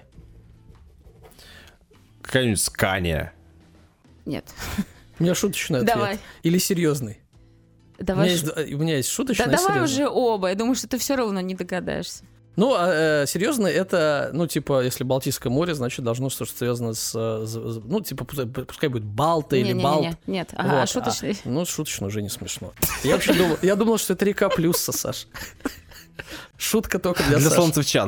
Какая-нибудь Скания. Нет. У меня шуточный ответ. Давай. Или серьезный. Давай. У меня есть шуточный, Да и давай серьезный. уже оба. Я думаю, что ты все равно не догадаешься. Ну, серьезно, это, ну, типа, если Балтийское море, значит, должно что-то связано с, ну, типа, пускай будет Балта или Балт. Не-не-не, нет. Ага, Вот, шуточный. ну, шуточно уже не смешно. Я вообще думал, что это река Плюса, Саш. Шутка только для Для Саши. солнцевчан.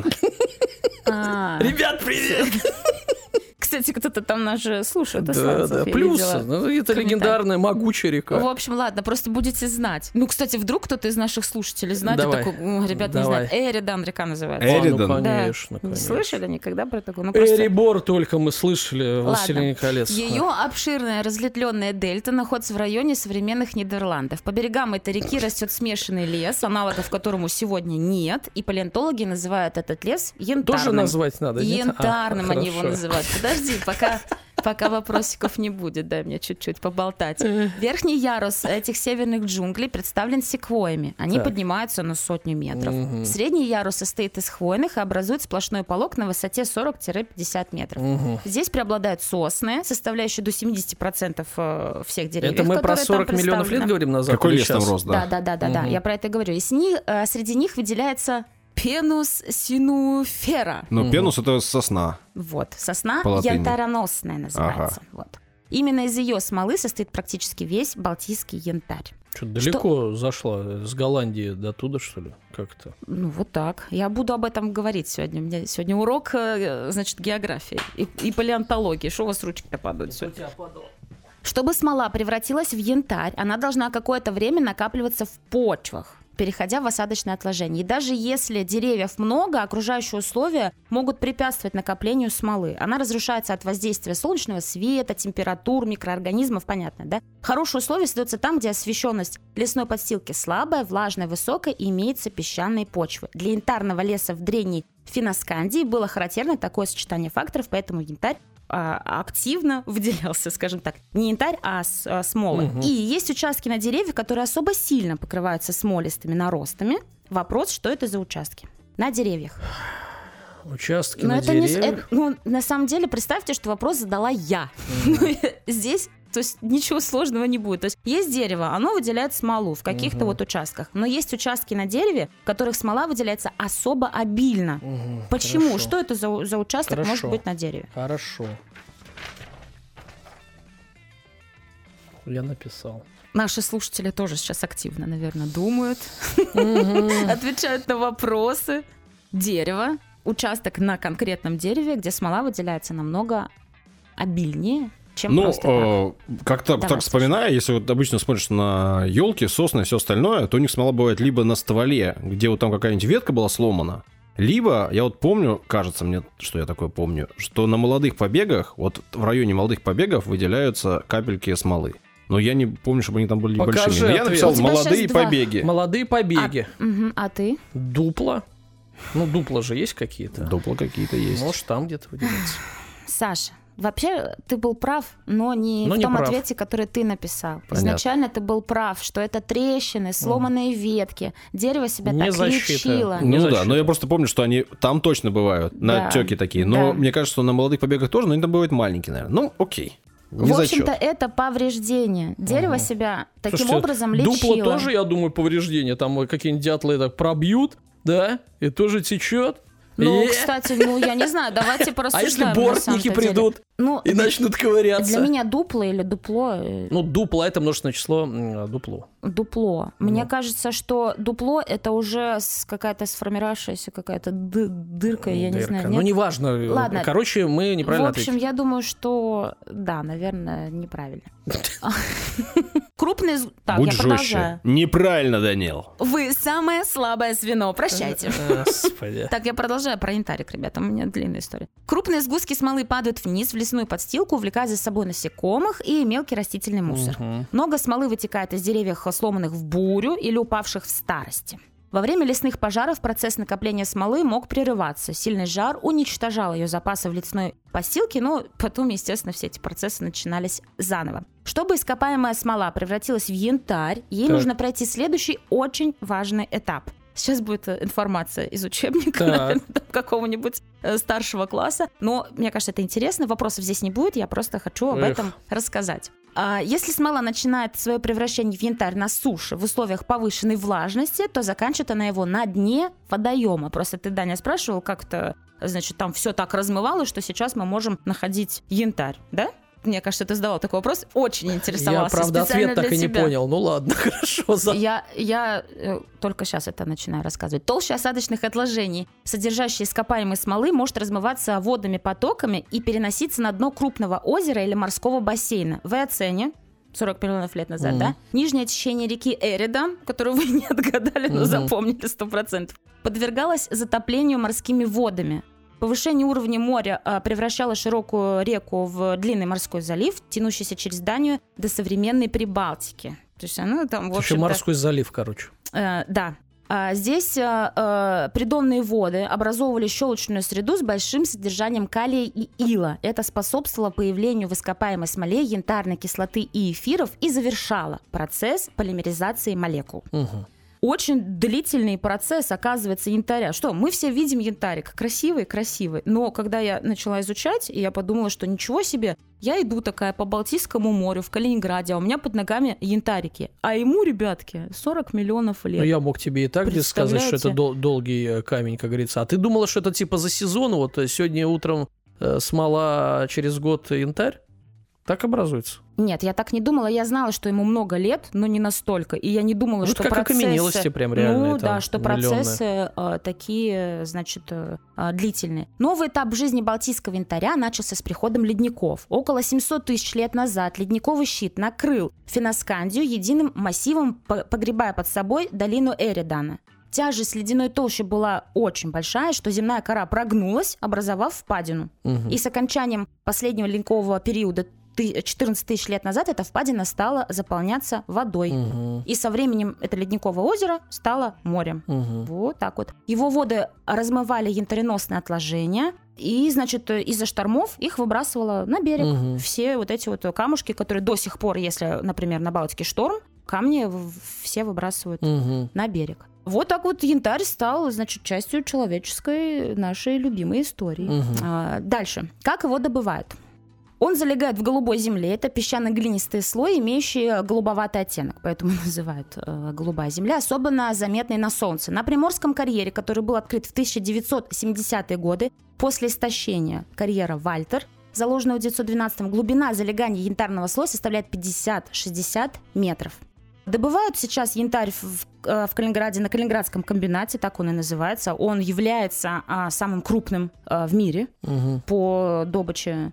А, Ребят, привет! Кстати, кто-то там нас же слушает. Да, Плюса. Ну, это легендарная, могучая река. В общем, ладно, просто будете знать. Ну, кстати, вдруг кто-то из наших слушателей знает, и Давай. такой, ребята, не Давай. знают. Эридан река называется. Эридан? Ну, Да. конечно, Не конечно. слышали никогда про такое? Ну, просто... Эребор только мы слышали в «Властелине колец». Ее обширная разветвленная дельта находится в районе современных Нидерландов. По берегам этой реки растет смешанный лес, аналогов которому сегодня нет, и палеонтологи называют этот лес янтарным. Тоже назвать надо, нет? Янтарным они его хорошо. называют. Подожди, пока вопросиков не будет, дай мне чуть-чуть поболтать. Верхний ярус этих северных джунглей представлен секвоями. Они Так. поднимаются на 100 метров. Мгм. Средний ярус состоит из хвойных и образует сплошной полог на высоте 40-50 метров. Мгм. Здесь преобладают сосны, составляющие до 70% всех деревьев, Это мы про которые там 40 миллионов лет представлены. говорим назад? Какой или лес там щас? рос, да? Да, Мгм. я про это говорю. И среди них выделяется пенус синуфера. Ну, пенус — это сосна. Вот, сосна По латыни. янтароносная называется. Вот. Именно из ее смолы состоит практически весь балтийский янтарь. Что-то далеко зашла. С Голландии до туда, что ли? Как-то. Ну, вот так. Я буду об этом говорить сегодня. У меня сегодня урок, значит, географии и палеонтологии. Что у вас ручки-то падают сегодня? Чтобы смола превратилась в янтарь, она должна какое-то время накапливаться в почвах, переходя в осадочное отложение. И даже если деревьев много, окружающие условия могут препятствовать накоплению смолы. Она разрушается от воздействия солнечного света, температур, микроорганизмов, понятно, да? Хорошие условия создаются там, где освещенность лесной подстилки слабая, влажная, высокая и имеются песчаные почвы. Для янтарного леса в древней Финоскандии было характерно такое сочетание факторов, поэтому янтарь активно выделялся, скажем так, не янтарь, а смолы. Мгм. И есть участки на деревьях, которые особо сильно покрываются смолистыми наростами. Вопрос, что это за участки? На деревьях. Участки Но на это не... деревьях. на самом деле, представьте, что вопрос задала я. Здесь, то есть, ничего сложного не будет. То есть, есть дерево, оно выделяет смолу в каких-то вот участках. Но есть участки на дереве, в которых смола выделяется особо обильно. Мгм. Почему? Хорошо. Что это за участок Хорошо. может быть на дереве? Хорошо. Я написал. Наши слушатели тоже сейчас активно, наверное, думают, отвечают на вопросы. Дерево, участок на конкретном дереве, где смола выделяется намного обильнее, чем Ну, просто так. как-то Давай, так вспоминая, если вот обычно смотришь на елки, сосны и все остальное, то у них смола бывает либо на стволе, где вот там какая-нибудь ветка была сломана, либо, я вот помню, кажется мне, что я такое помню, что на молодых побегах, вот в районе молодых побегов выделяются капельки смолы. Но я не помню, чтобы они там были Покажи большими. Но я ответ. написал У тебя молодые щас два. побеги. Молодые побеги. А ты? Дупла. Ну, дупла же есть какие-то. Дупла какие-то есть. Может, там где-то выделяется. Саша, Вообще, ты был прав, но не в том ответе, который ты написал. Понятно. Изначально ты был прав, что это трещины, сломанные ветки. Дерево себя Не так защита. лечило. Ну защита. да, но я просто помню, что они там точно бывают, на отеки такие. Но Да. мне кажется, что на молодых побегах тоже, но они там бывают маленькие, наверное. Ну, окей. Не В зачет. общем-то, это повреждение. Дерево себя таким Слушайте, образом лечило. дупло тоже, я думаю, повреждение. Там какие-нибудь дятлы так пробьют, да, и тоже течет. Ну, кстати, я не знаю, давайте А порассуждаем. если на бортники самом-то деле. придут Ну, и начнут ковыряться? для меня дупло или дупло? Ну, дупло — это множественное число дупло. Дупло. Мне кажется, что дупло — это уже какая-то сформировавшаяся какая-то дырка, я не Дырка. знаю. Ну, нет? неважно. Ладно. Короче, мы В неправильно общем, ответили. я думаю, что да, наверное, неправильно. Крупные... Так, Будь я продолжаю. жестче. Неправильно, Данил. Вы самое слабое звено. Прощайте. Господи. Так, я продолжаю про янтарик, ребята, у меня длинная история. Крупные сгустки смолы падают вниз в лесную подстилку, увлекая за собой насекомых и мелкий растительный мусор. Много смолы вытекает из деревьев, сломанных в бурю или упавших в старости. Во время лесных пожаров процесс накопления смолы мог прерываться. Сильный жар уничтожал ее запасы в лесной подстилке, но потом, естественно, все эти процессы начинались заново. Чтобы ископаемая смола превратилась в янтарь, ей Так. нужно пройти следующий очень важный этап. Сейчас будет информация из учебника, Так. наверное, там какого-нибудь старшего класса. Но мне кажется, это интересно. Вопросов здесь не будет, я просто хочу об этом рассказать. Если смола начинает свое превращение в янтарь на суше в условиях повышенной влажности, то заканчивает она его на дне водоема. Просто ты, Даня, спрашивал, как-то, значит, там все так размывалось, что сейчас мы можем находить янтарь, да? Мне кажется, ты задавал такой вопрос, очень интересовался. Я, правда, специально ответ так для и не тебя. понял. Ну ладно, хорошо. Я только сейчас это начинаю рассказывать. Толща осадочных отложений, содержащие ископаемые смолы, может размываться водными потоками и переноситься на дно крупного озера или морского бассейна. В Эоцене, 40 миллионов лет назад, да? Нижнее течение реки Эрида, которую вы не отгадали, но запомнили 100%, подвергалось затоплению морскими водами. Повышение уровня моря превращало широкую реку в длинный морской залив, тянущийся через Данию до современной Прибалтики. То есть оно там, в Еще общем-то... морской залив, короче. Да. Здесь придонные воды образовывали щелочную среду с большим содержанием калия и ила. Это способствовало появлению в ископаемой смоле янтарной кислоты и эфиров и завершало процесс полимеризации молекул. Очень длительный процесс, оказывается, янтаря. Что, мы все видим янтарик, красивый, но когда я начала изучать, я подумала, что ничего себе, я иду такая по Балтийскому морю в Калининграде, а у меня под ногами янтарики. А ему, ребятки, 40 миллионов лет. Ну, я мог тебе и так здесь сказать, что это долгий камень, как говорится. А ты думала, что это типа за сезон? Вот сегодня утром смола, через год янтарь? Так образуется? Нет, я так не думала. Я знала, что ему много лет, но не настолько. И я не думала, Ну, что это как процессы... окаменелости прям реальные. Ну там, да, что миллионные. процессы такие, значит, длительные. Новый этап жизни Балтийского янтаря начался с приходом ледников. Около 700 тысяч лет назад ледниковый щит накрыл Финоскандию единым массивом, погребая под собой долину Эридана. Тяжесть ледяной толщи была очень большая, что земная кора прогнулась, образовав впадину. И с окончанием последнего ледникового периода 14 тысяч лет назад эта впадина стала заполняться водой. И со временем это ледниковое озеро стало морем. Вот так вот. Его воды размывали янтареносные отложения, и, значит, из-за штормов их выбрасывало на берег. Все вот эти вот камушки, которые до сих пор, если, например, на Балтике шторм, камни все выбрасывают на берег. Вот так вот янтарь стал, значит, частью человеческой нашей любимой истории. Дальше. Как его добывают? Он залегает в голубой земле. Это песчано-глинистый слой, имеющий голубоватый оттенок, поэтому называют голубая земля, особенно заметный на солнце. На Приморском карьере, который был открыт в 1970-е годы, после истощения карьера Вальтер, заложенного в 1912-м, глубина залегания янтарного слоя составляет 50-60 метров. Добывают сейчас янтарь в Калининграде на Калининградском комбинате, так он и называется. Он является самым крупным в мире по добыче.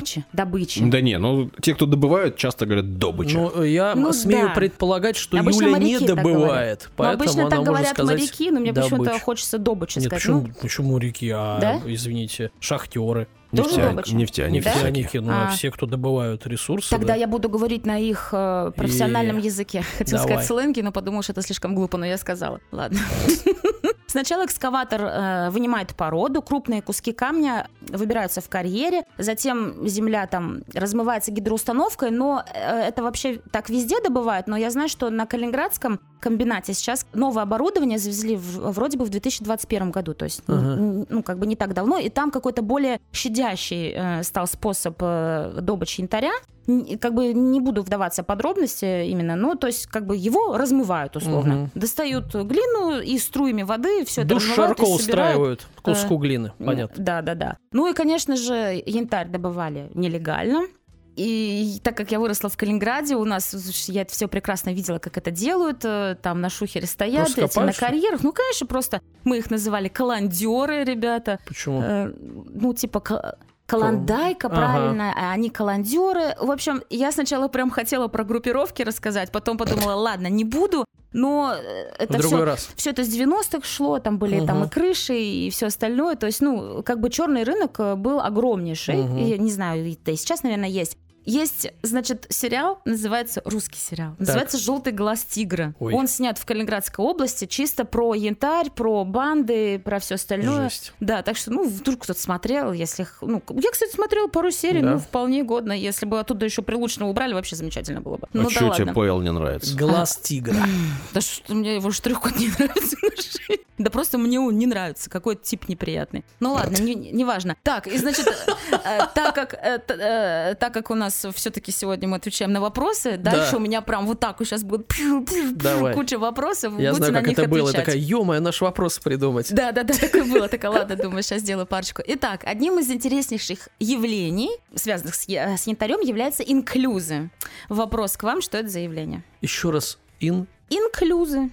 Да не, ну те, кто добывают, часто говорят добыча. Ну, я смею предполагать, что обычно Юля не добывает, поэтому обычно она так может говорят сказать моряки, но мне почему-то хочется добыча сказать. Почему моряки? Да? Извините, шахтеры. Нефтяники. Ну, все, кто добывают ресурсы. Тогда я буду говорить на их профессиональном языке. Хотела сказать сленге, но подумал, что это слишком глупо, но я сказала. Ладно. Сначала экскаватор вынимает породу, крупные куски камня выбираются в карьере, затем земля там размывается гидроустановкой, но это вообще так везде добывают, но я знаю, что на Калининградском комбинате сейчас новое оборудование завезли вроде бы в 2021 году, то есть как бы не так давно, и там какой-то более щадящий стал способ добычи янтаря. Как бы не буду вдаваться в подробности именно, но то есть как бы его размывают условно. Достают глину и струями воды все это размывают Душ Шарко устраивают куску глины, понятно. Да. Ну и, конечно же, янтарь добывали нелегально. И так как я выросла в Калининграде, у нас, я все прекрасно видела, как это делают, там на шухере стоят, эти, на карьерах. Ну, конечно, просто мы их называли каландеры, ребята. Почему? Ну, типа... Каландайка, правильно, а они каландеры. В общем, я сначала прям хотела про группировки рассказать, потом подумала, ладно, не буду, но это все это с 90-х шло, там были там и крыши, и все остальное. То есть, ну, как бы черный рынок был огромнейший. И, не знаю, да и сейчас, наверное, есть. Есть, значит, сериал, называется, русский сериал, называется «Желтый глаз тигра». Ой. Он снят в Калининградской области, чисто про янтарь, про банды, про все остальное. Жесть. Да, так что, ну, вдруг кто-то смотрел, если... Ну, я, кстати, смотрела пару серий, ну, вполне годно. Если бы оттуда еще Прилучного убрали, вообще замечательно было бы. А Ну, что да тебе ладно. Павел не нравится? Глаз тигра. Да что мне его штрих-код не нравится. Да просто мне он не нравится, какой-то тип неприятный. Ну ладно, неважно. Так, и значит, так как у нас все-таки сегодня мы отвечаем на вопросы, дальше у меня прям вот так вот сейчас будет куча вопросов, я будете знаю, на как них это было. отвечать. Такая, ё-моё, наш вопрос придумать. Да, такое было. Такая, ладно, думаю, сейчас сделаю парочку. Итак, одним из интереснейших явлений, связанных с янтарем, является инклюзы. Вопрос к вам, что это за явление? Еще раз, Инклюзы.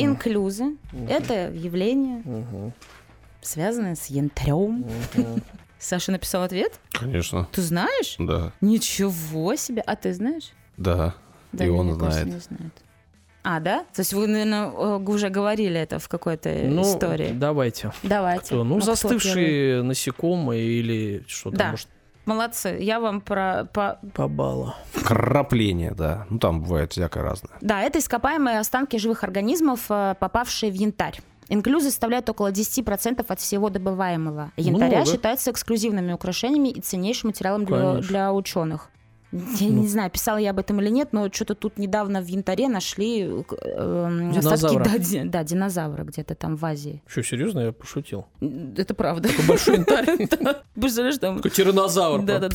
Это явление, связанное с янтарем. Саша написал ответ? Конечно. Ты знаешь? Да. Ничего себе. А ты знаешь? Да. Да, и он мне кажется, знает. не знает. А, да? То есть вы, наверное, уже говорили это в какой-то истории. Давайте. Давайте. Кто? Ну, застывшие насекомые или что там, да. может, Молодцы. Я вам по баллу. Крапление, да. Ну, там бывает всякое разное. Да, это ископаемые останки живых организмов, попавшие в янтарь. Инклюзы составляют около 10% от всего добываемого янтаря, Много. считаются эксклюзивными украшениями и ценнейшим материалом для ученых. Я не знаю, писала я об этом или нет, но что-то тут недавно в янтаре нашли остатки, динозавра где-то там в Азии. Что, серьезно? Я пошутил. Это правда. Такой большой янтарь. Представляешь, там... Такой тираннозавр. Да.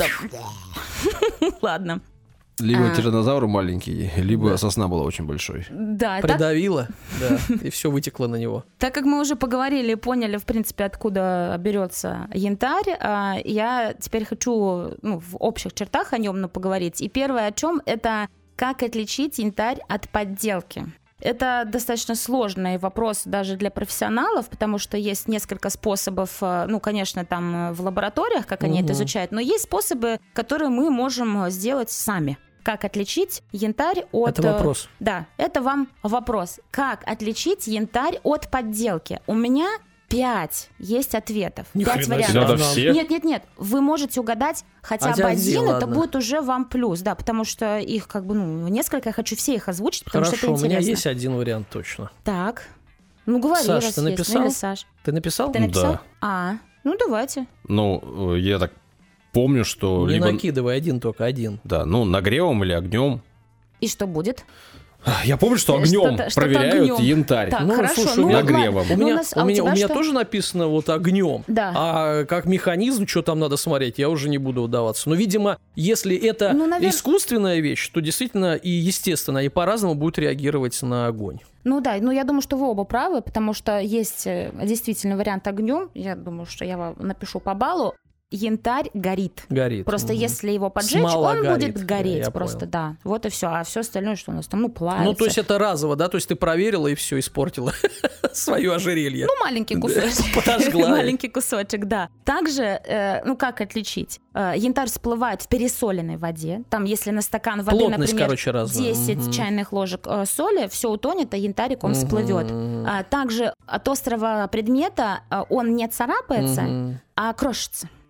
Ладно. Либо тираннозавр маленький, либо сосна была очень большой. Да, Придавило, да, и все вытекло на него. Так как мы уже поговорили и поняли, в принципе, откуда берется янтарь, я теперь хочу в общих чертах о нем поговорить. И первое о чем это как отличить янтарь от подделки. Это достаточно сложный вопрос даже для профессионалов, потому что есть несколько способов, конечно, там в лабораториях, как они это изучают, но есть способы, которые мы можем сделать сами. Как отличить янтарь от... Это вопрос. Да, это вам вопрос. Как отличить янтарь от подделки? У меня 5 есть ответов. 5 вариантов. Надо все? Нет. Вы можете угадать хотя бы один, это будет уже вам плюс. Да, потому что их несколько. Я хочу все их озвучить, потому что это Хорошо, у интересно. меня есть один вариант точно. Так. Говори, Саш, раз ты есть. написал? Или Саш. Ты написал? Ты написал? Да. Давайте. Ну, я так помню, что... Не либо... накидывай только один. Да, нагревом или огнем. И что будет? Я помню, что огнем проверяют огнем. янтарь. Так, хорошо. слушай, нагревом. У меня что? тоже написано огнем. Да. А как механизм, что там надо смотреть, я уже не буду вдаваться. Но, видимо, если это искусственная вещь, то действительно и естественно, и по-разному будет реагировать на огонь. Я думаю, что вы оба правы, потому что есть действительно вариант огнем. Я думаю, что я вам напишу по баллу. Янтарь горит. Просто если его поджечь, Смола он горит. будет гореть. Я просто, понял. да. Вот и все. А все остальное, что у нас там, плавится. То есть это разово, да? То есть ты проверила и все испортила свое ожерелье. Маленький кусочек. Подожгла. Маленький кусочек, да. Также, как отличить? Янтарь всплывает в пересоленной воде. Там, если на стакан воды, плотность, например, 10 чайных ложек соли, все утонет, а янтарик он всплывет. Также от острого предмета он не царапается, а крошится.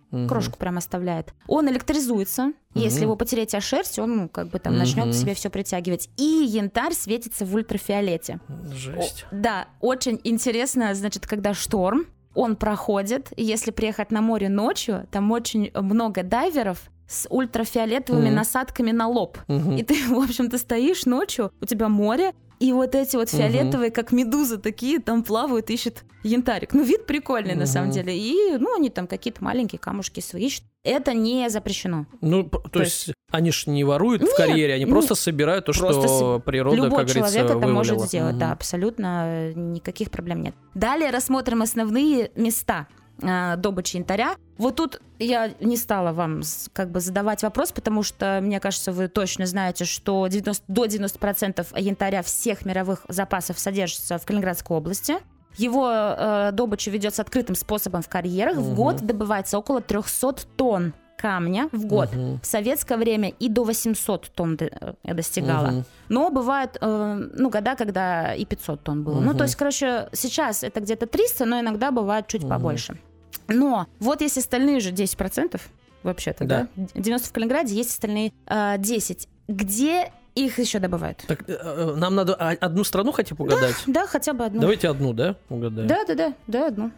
крошку прям оставляет. Он электризуется, если его потереть о шерсть, он начнет к себе все притягивать. И янтарь светится в ультрафиолете. Жесть. Да, очень интересно, значит, когда шторм, он проходит, и если приехать на море ночью, там очень много дайверов с ультрафиолетовыми насадками на лоб. И ты, в общем-то, стоишь ночью, у тебя море, и вот эти вот фиолетовые, как медузы такие, там плавают, ищут янтарик. Ну, вид прикольный, на самом деле. И, они там какие-то маленькие камушки свои ищут. Это не запрещено. Ну, то есть они ж не воруют в карьере, они просто собирают то, что природа, любой как говорится, человек это вывалила. может сделать, да, абсолютно никаких проблем нет. Далее рассмотрим основные места добычи янтаря. Вот тут я не стала вам задавать вопрос, потому что, мне кажется, вы точно знаете, что до 90% янтаря всех мировых запасов содержится в Калининградской области. Его добыча ведется открытым способом в карьерах. В год добывается около 300 тонн камня в год. В советское время и до 800 тонн достигало. Но бывают года, когда и 500 тонн было. Ну, то есть, сейчас это где-то 300, но иногда бывает чуть побольше. Но вот есть остальные же 10%, вообще-то, да? 90 в Калининграде, есть остальные 10. Где их еще добывают? Так, нам надо одну страну хотя бы угадать? Да, хотя бы одну. Давайте одну, да, угадаем? Да, одну.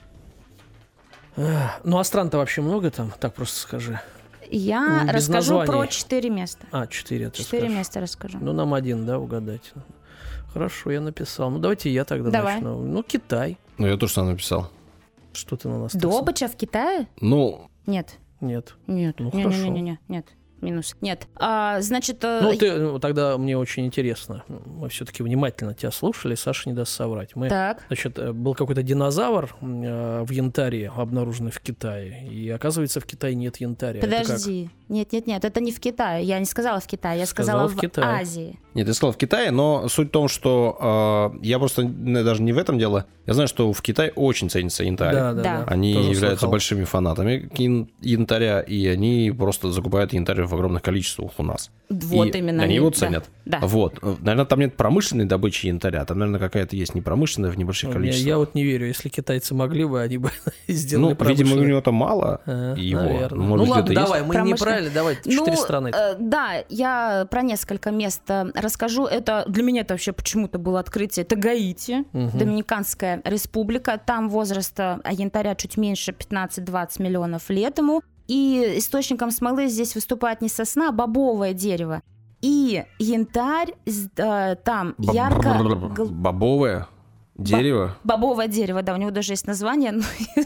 Ну, а стран-то вообще много там? Так просто скажи. Я расскажу названий. про 4 места. 4 ты 4 скажешь. места расскажу. Ну, нам один, да, угадать. Хорошо, я написал. Ну, давайте я тогда начну. Ну, Китай. Ну, я тоже сам написал. Что ты на нас Добыча в Китае? Ну... Нет. Нет. Ну, хорошо. Нет. Минус. Нет. Значит... Тогда мне очень интересно. Мы все-таки внимательно тебя слушали, Саша не даст соврать. Так. Значит, был какой-то динозавр в янтаре, обнаруженный в Китае. И оказывается, в Китае нет янтаря. Подожди. Нет, это не в Китае. Я не сказала в Китае, я сказала в Азии. Нет, я сказал в Китае, но суть в том, что я просто даже не в этом дело. Я знаю, что в Китае очень ценится янтарь. Да. Они тоже являются слыхал. большими фанатами янтаря, и они просто закупают янтарь в огромных количествах у нас. Вот и именно. Они его ценят. Да. Вот. Наверное, там нет промышленной добычи янтаря, там, наверное, какая-то есть непромышленная в небольших количествах. Я вот не верю, если китайцы могли бы, они бы сделали видимо, у промышленную. него там мало его. Наверное. Может, ладно, где-то давай, есть? мы неправильно, давай, 4 страны. Да, я про несколько мест расскажу. Это для меня это вообще почему-то было открытие. Это Гаити, Доминиканская республика. Там возраст янтаря чуть меньше 15-20 миллионов лет ему. И источником смолы здесь выступает не сосна, а бобовое дерево. И янтарь там ярко... Бобовое дерево? Бобовое дерево, да, у него даже есть название,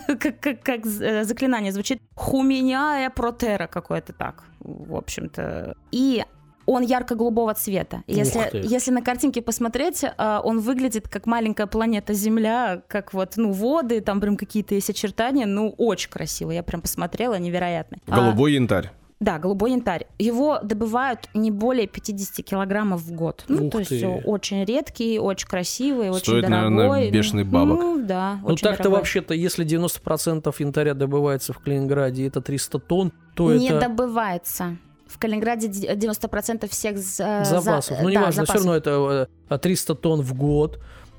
как заклинание звучит. Хуминяя протера какое-то так, в общем-то. И он ярко-голубого цвета. Если на картинке посмотреть, он выглядит как маленькая планета Земля, как воды, там прям какие-то есть очертания, очень красиво. Я прям посмотрела, невероятно. Голубой янтарь. Да, голубой янтарь. Его добывают не более 50 килограммов в год. То есть очень редкий, очень красивый, Стоит, очень дорогой. Наверное, бешеный бабок. Да, так-то дорогой. вообще-то, если 90% янтаря добывается в Калининграде, это 300 тонн, то не это... добывается. В Калининграде 90% всех запасов. Неважно, все равно это 300 тонн в год.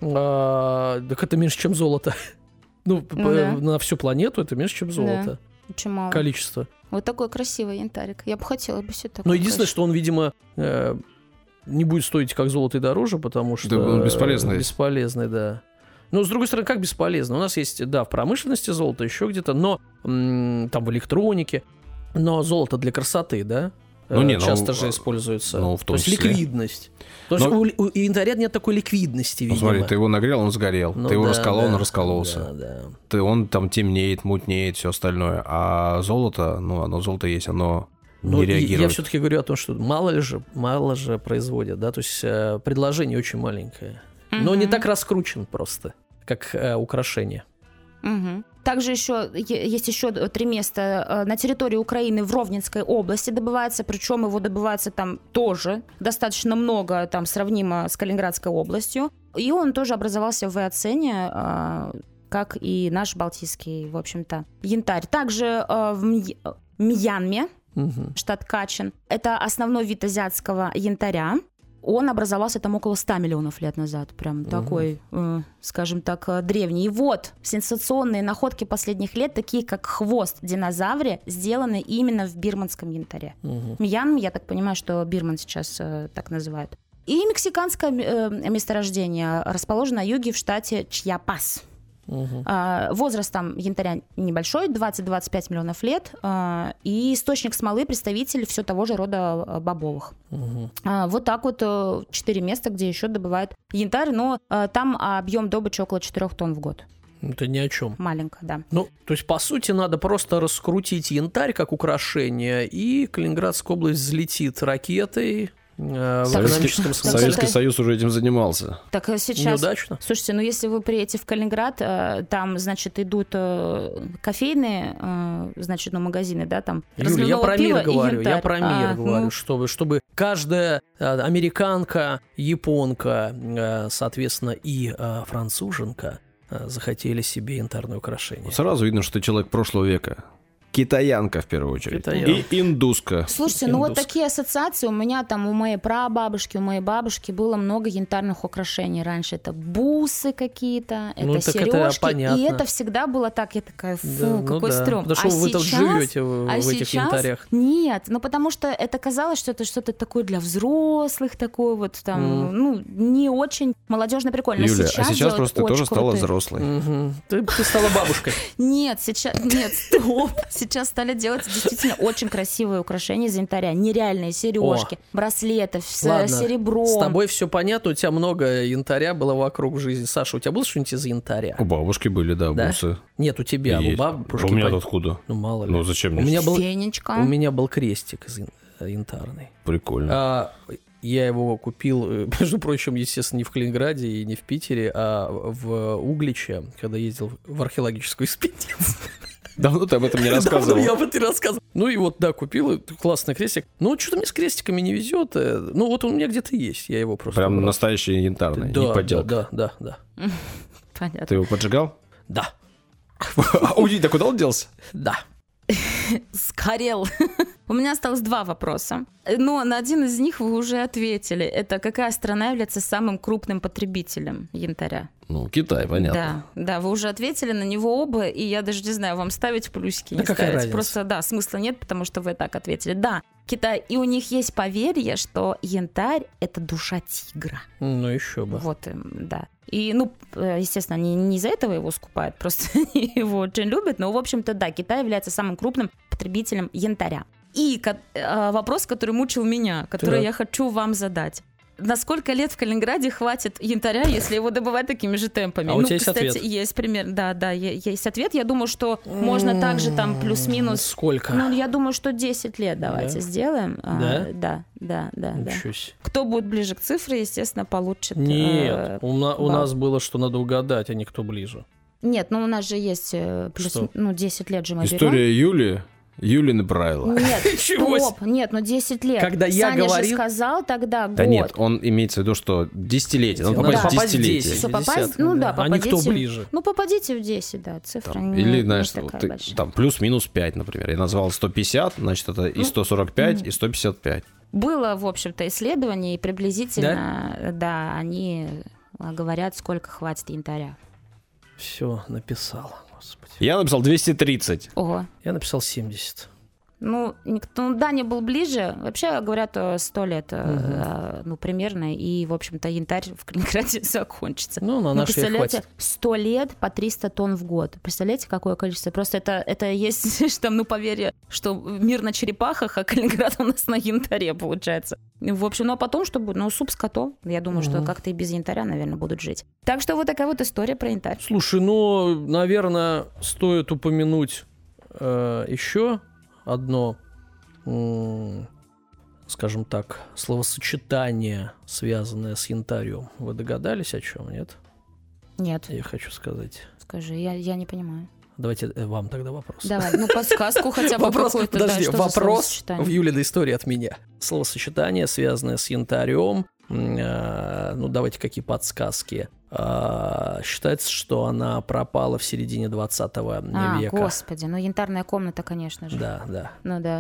Так это меньше, чем золото. На всю планету это меньше, чем золото. Да. Очень мало. Количество. Вот такой красивый янтарик. Я бы хотела бы себе такой. Но единственное, что он, видимо, не будет стоить как золото и дороже, потому что... Да, он бесполезный. Бесполезный, да. Но, с другой стороны, как бесполезно? У нас есть, да, в промышленности золото, еще где-то, но там в электронике. Но золото для красоты, да? Часто же используется. В том числе. То есть ликвидность. То есть у янтаря нет такой ликвидности, видимо. Смотри, ты его нагрел, он сгорел. Ты его расколол, он раскололся. Да. Он там темнеет, мутнеет, все остальное. А золото, оно золото есть, оно не реагирует. Я все-таки говорю о том, что мало же производят, да, то есть предложение очень маленькое. Но не так раскручен просто, как украшение. Также есть еще 3 места на территории Украины в Ровненской области добывается, причем его добывается там тоже достаточно много, там сравнимо с Калининградской областью. И он тоже образовался в Эоцене, как и наш балтийский, в общем-то, янтарь. Также в Мьянме, штат Качин, это основной вид азиатского янтаря. Он образовался там около 100 миллионов лет назад. Прям такой, скажем так, древний. И вот сенсационные находки последних лет, такие как хвост динозавра, сделаны именно в бирманском янтаре. Мьянм, я так понимаю, что Бирман сейчас так называют. И мексиканское месторождение расположено на юге в штате Чьяпас. Возраст там янтаря небольшой, 20-25 миллионов лет, и источник смолы представитель все того же рода бобовых. Вот так вот 4 места, где еще добывают янтарь, но там объем добычи около 4 тонн в год. Это ни о чем. Маленько, да. Ну, то есть, по сути, надо просто раскрутить янтарь как украшение, и Калининградская область взлетит ракетой. В экономическом смысле. Советский Союз уже этим занимался. Так сейчас... Неудачно. Слушайте, ну если вы приедете в Калининград, там, значит, идут кофейные, значит, ну, магазины, да, там Юля, я про мир говорю, ну... чтобы каждая американка, японка, соответственно, и француженка захотели себе янтарное украшение. Сразу видно, что ты человек прошлого века. Китаянка, в первую очередь. И индуска. Слушайте, ну вот такие ассоциации у меня там, у моей прабабушки, у моей бабушки было много янтарных украшений раньше. Это бусы какие-то, это сережки. И это всегда было так, я такая, какой стрём. Потому что вы тут живете в этих янтарях. Нет, ну потому что это казалось, что это что-то такое для взрослых, такое вот там, ну, не очень молодежно прикольно. Юля, а сейчас просто ты тоже стала взрослой. Ты стала бабушкой. Нет, стоп. Сейчас стали делать действительно очень красивые украшения из янтаря. Нереальные сережки, браслеты с серебром. С тобой все понятно, у тебя много янтаря было вокруг жизни. Саша, у тебя было что-нибудь из янтаря? У бабушки были, да, бусы. Нет, у тебя, у бабушки. У меня тут откуда? Ну, мало ли. Ну, зачем мне? Фенечка. У меня был крестик янтарный. Прикольно. Я его купил, между прочим, естественно, не в Калининграде и не в Питере, а в Угличе, когда ездил в археологическую экспедицию. Давно ты об этом не рассказывал. Давно я об этом не рассказывал. Ну и вот, да, купил классный крестик. Ну, что-то мне с крестиками не везет. Ну, вот он у меня где-то есть, я его просто... Прям настоящий янтарный, не подделка. Да. Понятно. Ты его поджигал? Да. А Уди-то куда он делся? Да. Сгорел. У меня осталось 2 вопроса. Но на один из них вы уже ответили. Это какая страна является самым крупным потребителем янтаря? Ну, Китай, понятно. Да, вы уже ответили на него оба, и я даже не знаю, вам ставить плюсики, не какая ставить. разница? Просто, да, смысла нет, потому что вы так ответили. Да, Китай, и у них есть поверье, что янтарь — это душа тигра. Ну, еще бы. Вот, да. И, ну, естественно, они не из-за этого его скупают, просто его очень любят. Но, в общем-то, да, Китай является самым крупным потребителем янтаря. И вопрос, который мучил меня, который я хочу вам задать. На сколько лет в Калининграде хватит янтаря, если его добывать такими же темпами? А у тебя есть кстати, ответ? Есть пример. Да, есть ответ. Я думаю, что можно также там плюс-минус... Сколько? Ну, я думаю, что 10 лет давайте сделаем. Да? Да. Ничего себе. Кто будет ближе к цифре, естественно, получит... Нет, у нас было, что надо угадать, а не кто ближе. Нет, ну у нас же есть плюс, 10 лет же мы берем. История Юлины правила. Нет, стоп, нет, 10 лет. Когда я Саня говорил... же сказал тогда год. Да нет, он имеется в виду, что десятилетие. Надо попасть в десятилетие. Что, попасть? Ну да, попадите. А никто ближе. Ну попадите в 10, да, цифра Там, не, или, не знаешь, такая большая. там плюс-минус 5, например. Я назвал 150, значит, это и 145, и 155. Было, в общем-то, исследование, и приблизительно, да, они говорят, сколько хватит янтаря. Все, написал, господи. Я написал 230. Ого. Я написал 70. Ну, Даня был ближе. Вообще, говорят, 100 лет, ну, примерно. И, в общем-то, янтарь в Калининграде закончится. Ну, на нашей представляете, хватит. 100 лет по 300 тонн в год. Представляете, какое количество? Просто это есть там, ну, поверье, что мир на черепахах, а Калининград у нас на янтаре, получается. В общем, ну, а потом, что будет? Ну, суп с котом. Я думаю, что как-то и без янтаря, наверное, будут жить. Так что вот такая вот история про янтарь. Слушай, ну, наверное, стоит упомянуть еще одно, скажем так, словосочетание, связанное с янтарем. Вы догадались, о чем, нет? Нет. Я хочу сказать. Скажи, я не понимаю. Давайте вам тогда вопрос. Давай, ну подсказку хотя бы какую-то. Подожди, вопрос в Юлиной истории от меня. Словосочетание, связанное с янтарем. Ну, давайте какие подсказки. Считается, что она пропала в середине 20 века. Господи, ну янтарная комната, конечно же. Да. Ну да.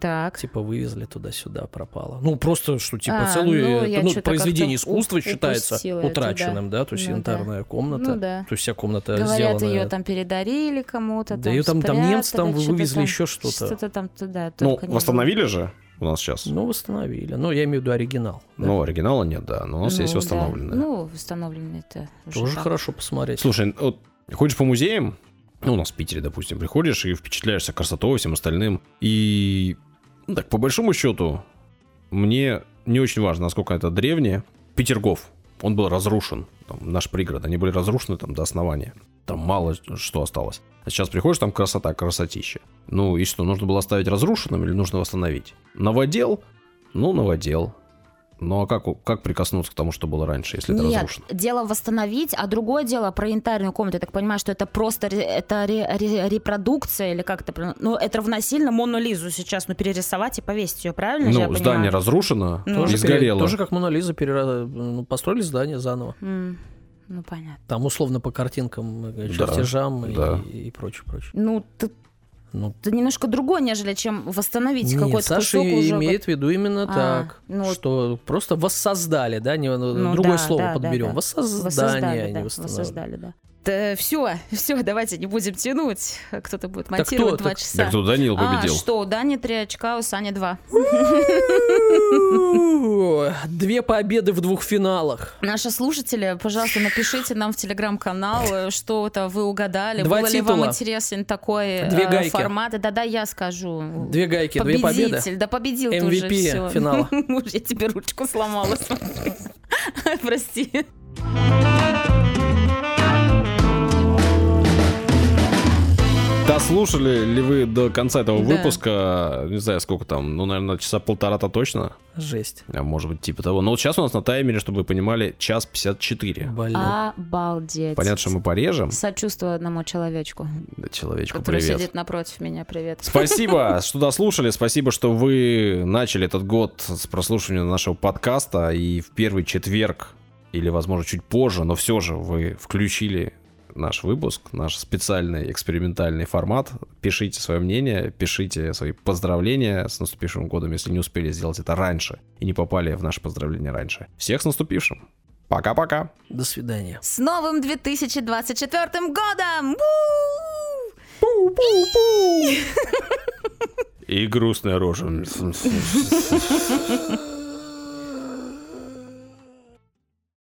Так. Типа вывезли туда-сюда, пропало. Ну, просто, что типа целую... произведение искусства считается утраченным, да? То есть янтарная комната. То есть вся комната говорят, сделана... ее там передарили кому-то. Да ее там немцы там вывезли еще что-то. Что-то там туда. Ну, восстановили же у нас сейчас? Ну, восстановили. Ну, я имею в виду оригинал. Ну, оригинала нет, да. Но у нас есть восстановленное. Ну, восстановленное это тоже хорошо посмотреть. Слушай, вот ходишь по музеям, ну, у нас в Питере, допустим, приходишь и впечатляешься красотой, всем остальным. И, ну, так, по большому счету, мне не очень важно, насколько это древнее. Петергоф, он был разрушен. Там, наш пригород, они были разрушены там до основания. Там мало что осталось. А сейчас приходишь, там красота, красотища. Ну и что, нужно было оставить разрушенным или нужно восстановить? Новодел? Ну, новодел. Ну а как прикоснуться к тому, что было раньше, если это разрушено? Нет, дело восстановить, а другое дело про янтарную комнату. Я так понимаю, что это просто репродукция или как это... Ну, это равносильно Мону Лизу сейчас, перерисовать и повесить ее, правильно же я понимаю? Здание разрушено и сгорело. Тоже как Мона Лиза построили здание заново. Ну, понятно. Там условно по картинкам, чертежам и прочее. Ну, это немножко другое, нежели чем восстановить какой-то Саша кусок уже. имеет в виду именно так, что просто воссоздали, да, другое слово подберем. Да. Воссоздание, да, не воссоздали, да. Все, давайте не будем тянуть. Кто-то будет монтировать 2 часа. Так кто Данил победил? Что, у Дани 3 очка, у Сани 2. 2 победы в 2 финалах. Наши слушатели, пожалуйста, напишите нам в телеграм-канал, что-то вы угадали. 2 Было титула. ли вам интересен такой 2 гайки. формат? Да, я скажу. 2 гайки, 2 победы. Да победил ты уже MVP финала. Я тебе ручку сломала. Прости. Дослушали ли вы до конца этого выпуска? Не знаю, сколько там, наверное, часа 1,5-то точно. Жесть. А может быть, типа того. Но вот сейчас у нас на таймере, чтобы вы понимали, 1:54. Блин. Обалдеть. Понятно, что мы порежем. Сочувствую одному человечку. Да, человечку который привет. сидит напротив меня. Привет. Спасибо, что дослушали. Спасибо, что вы начали этот год с прослушивания нашего подкаста. И в первый четверг, или, возможно, чуть позже, но все же вы включили наш выпуск, наш специальный экспериментальный формат. Пишите свое мнение, пишите свои поздравления с наступившим годом, если не успели сделать это раньше и не попали в наши поздравления раньше. Всех с наступившим. Пока-пока. До свидания. С новым 2024 годом! И грустная рожа.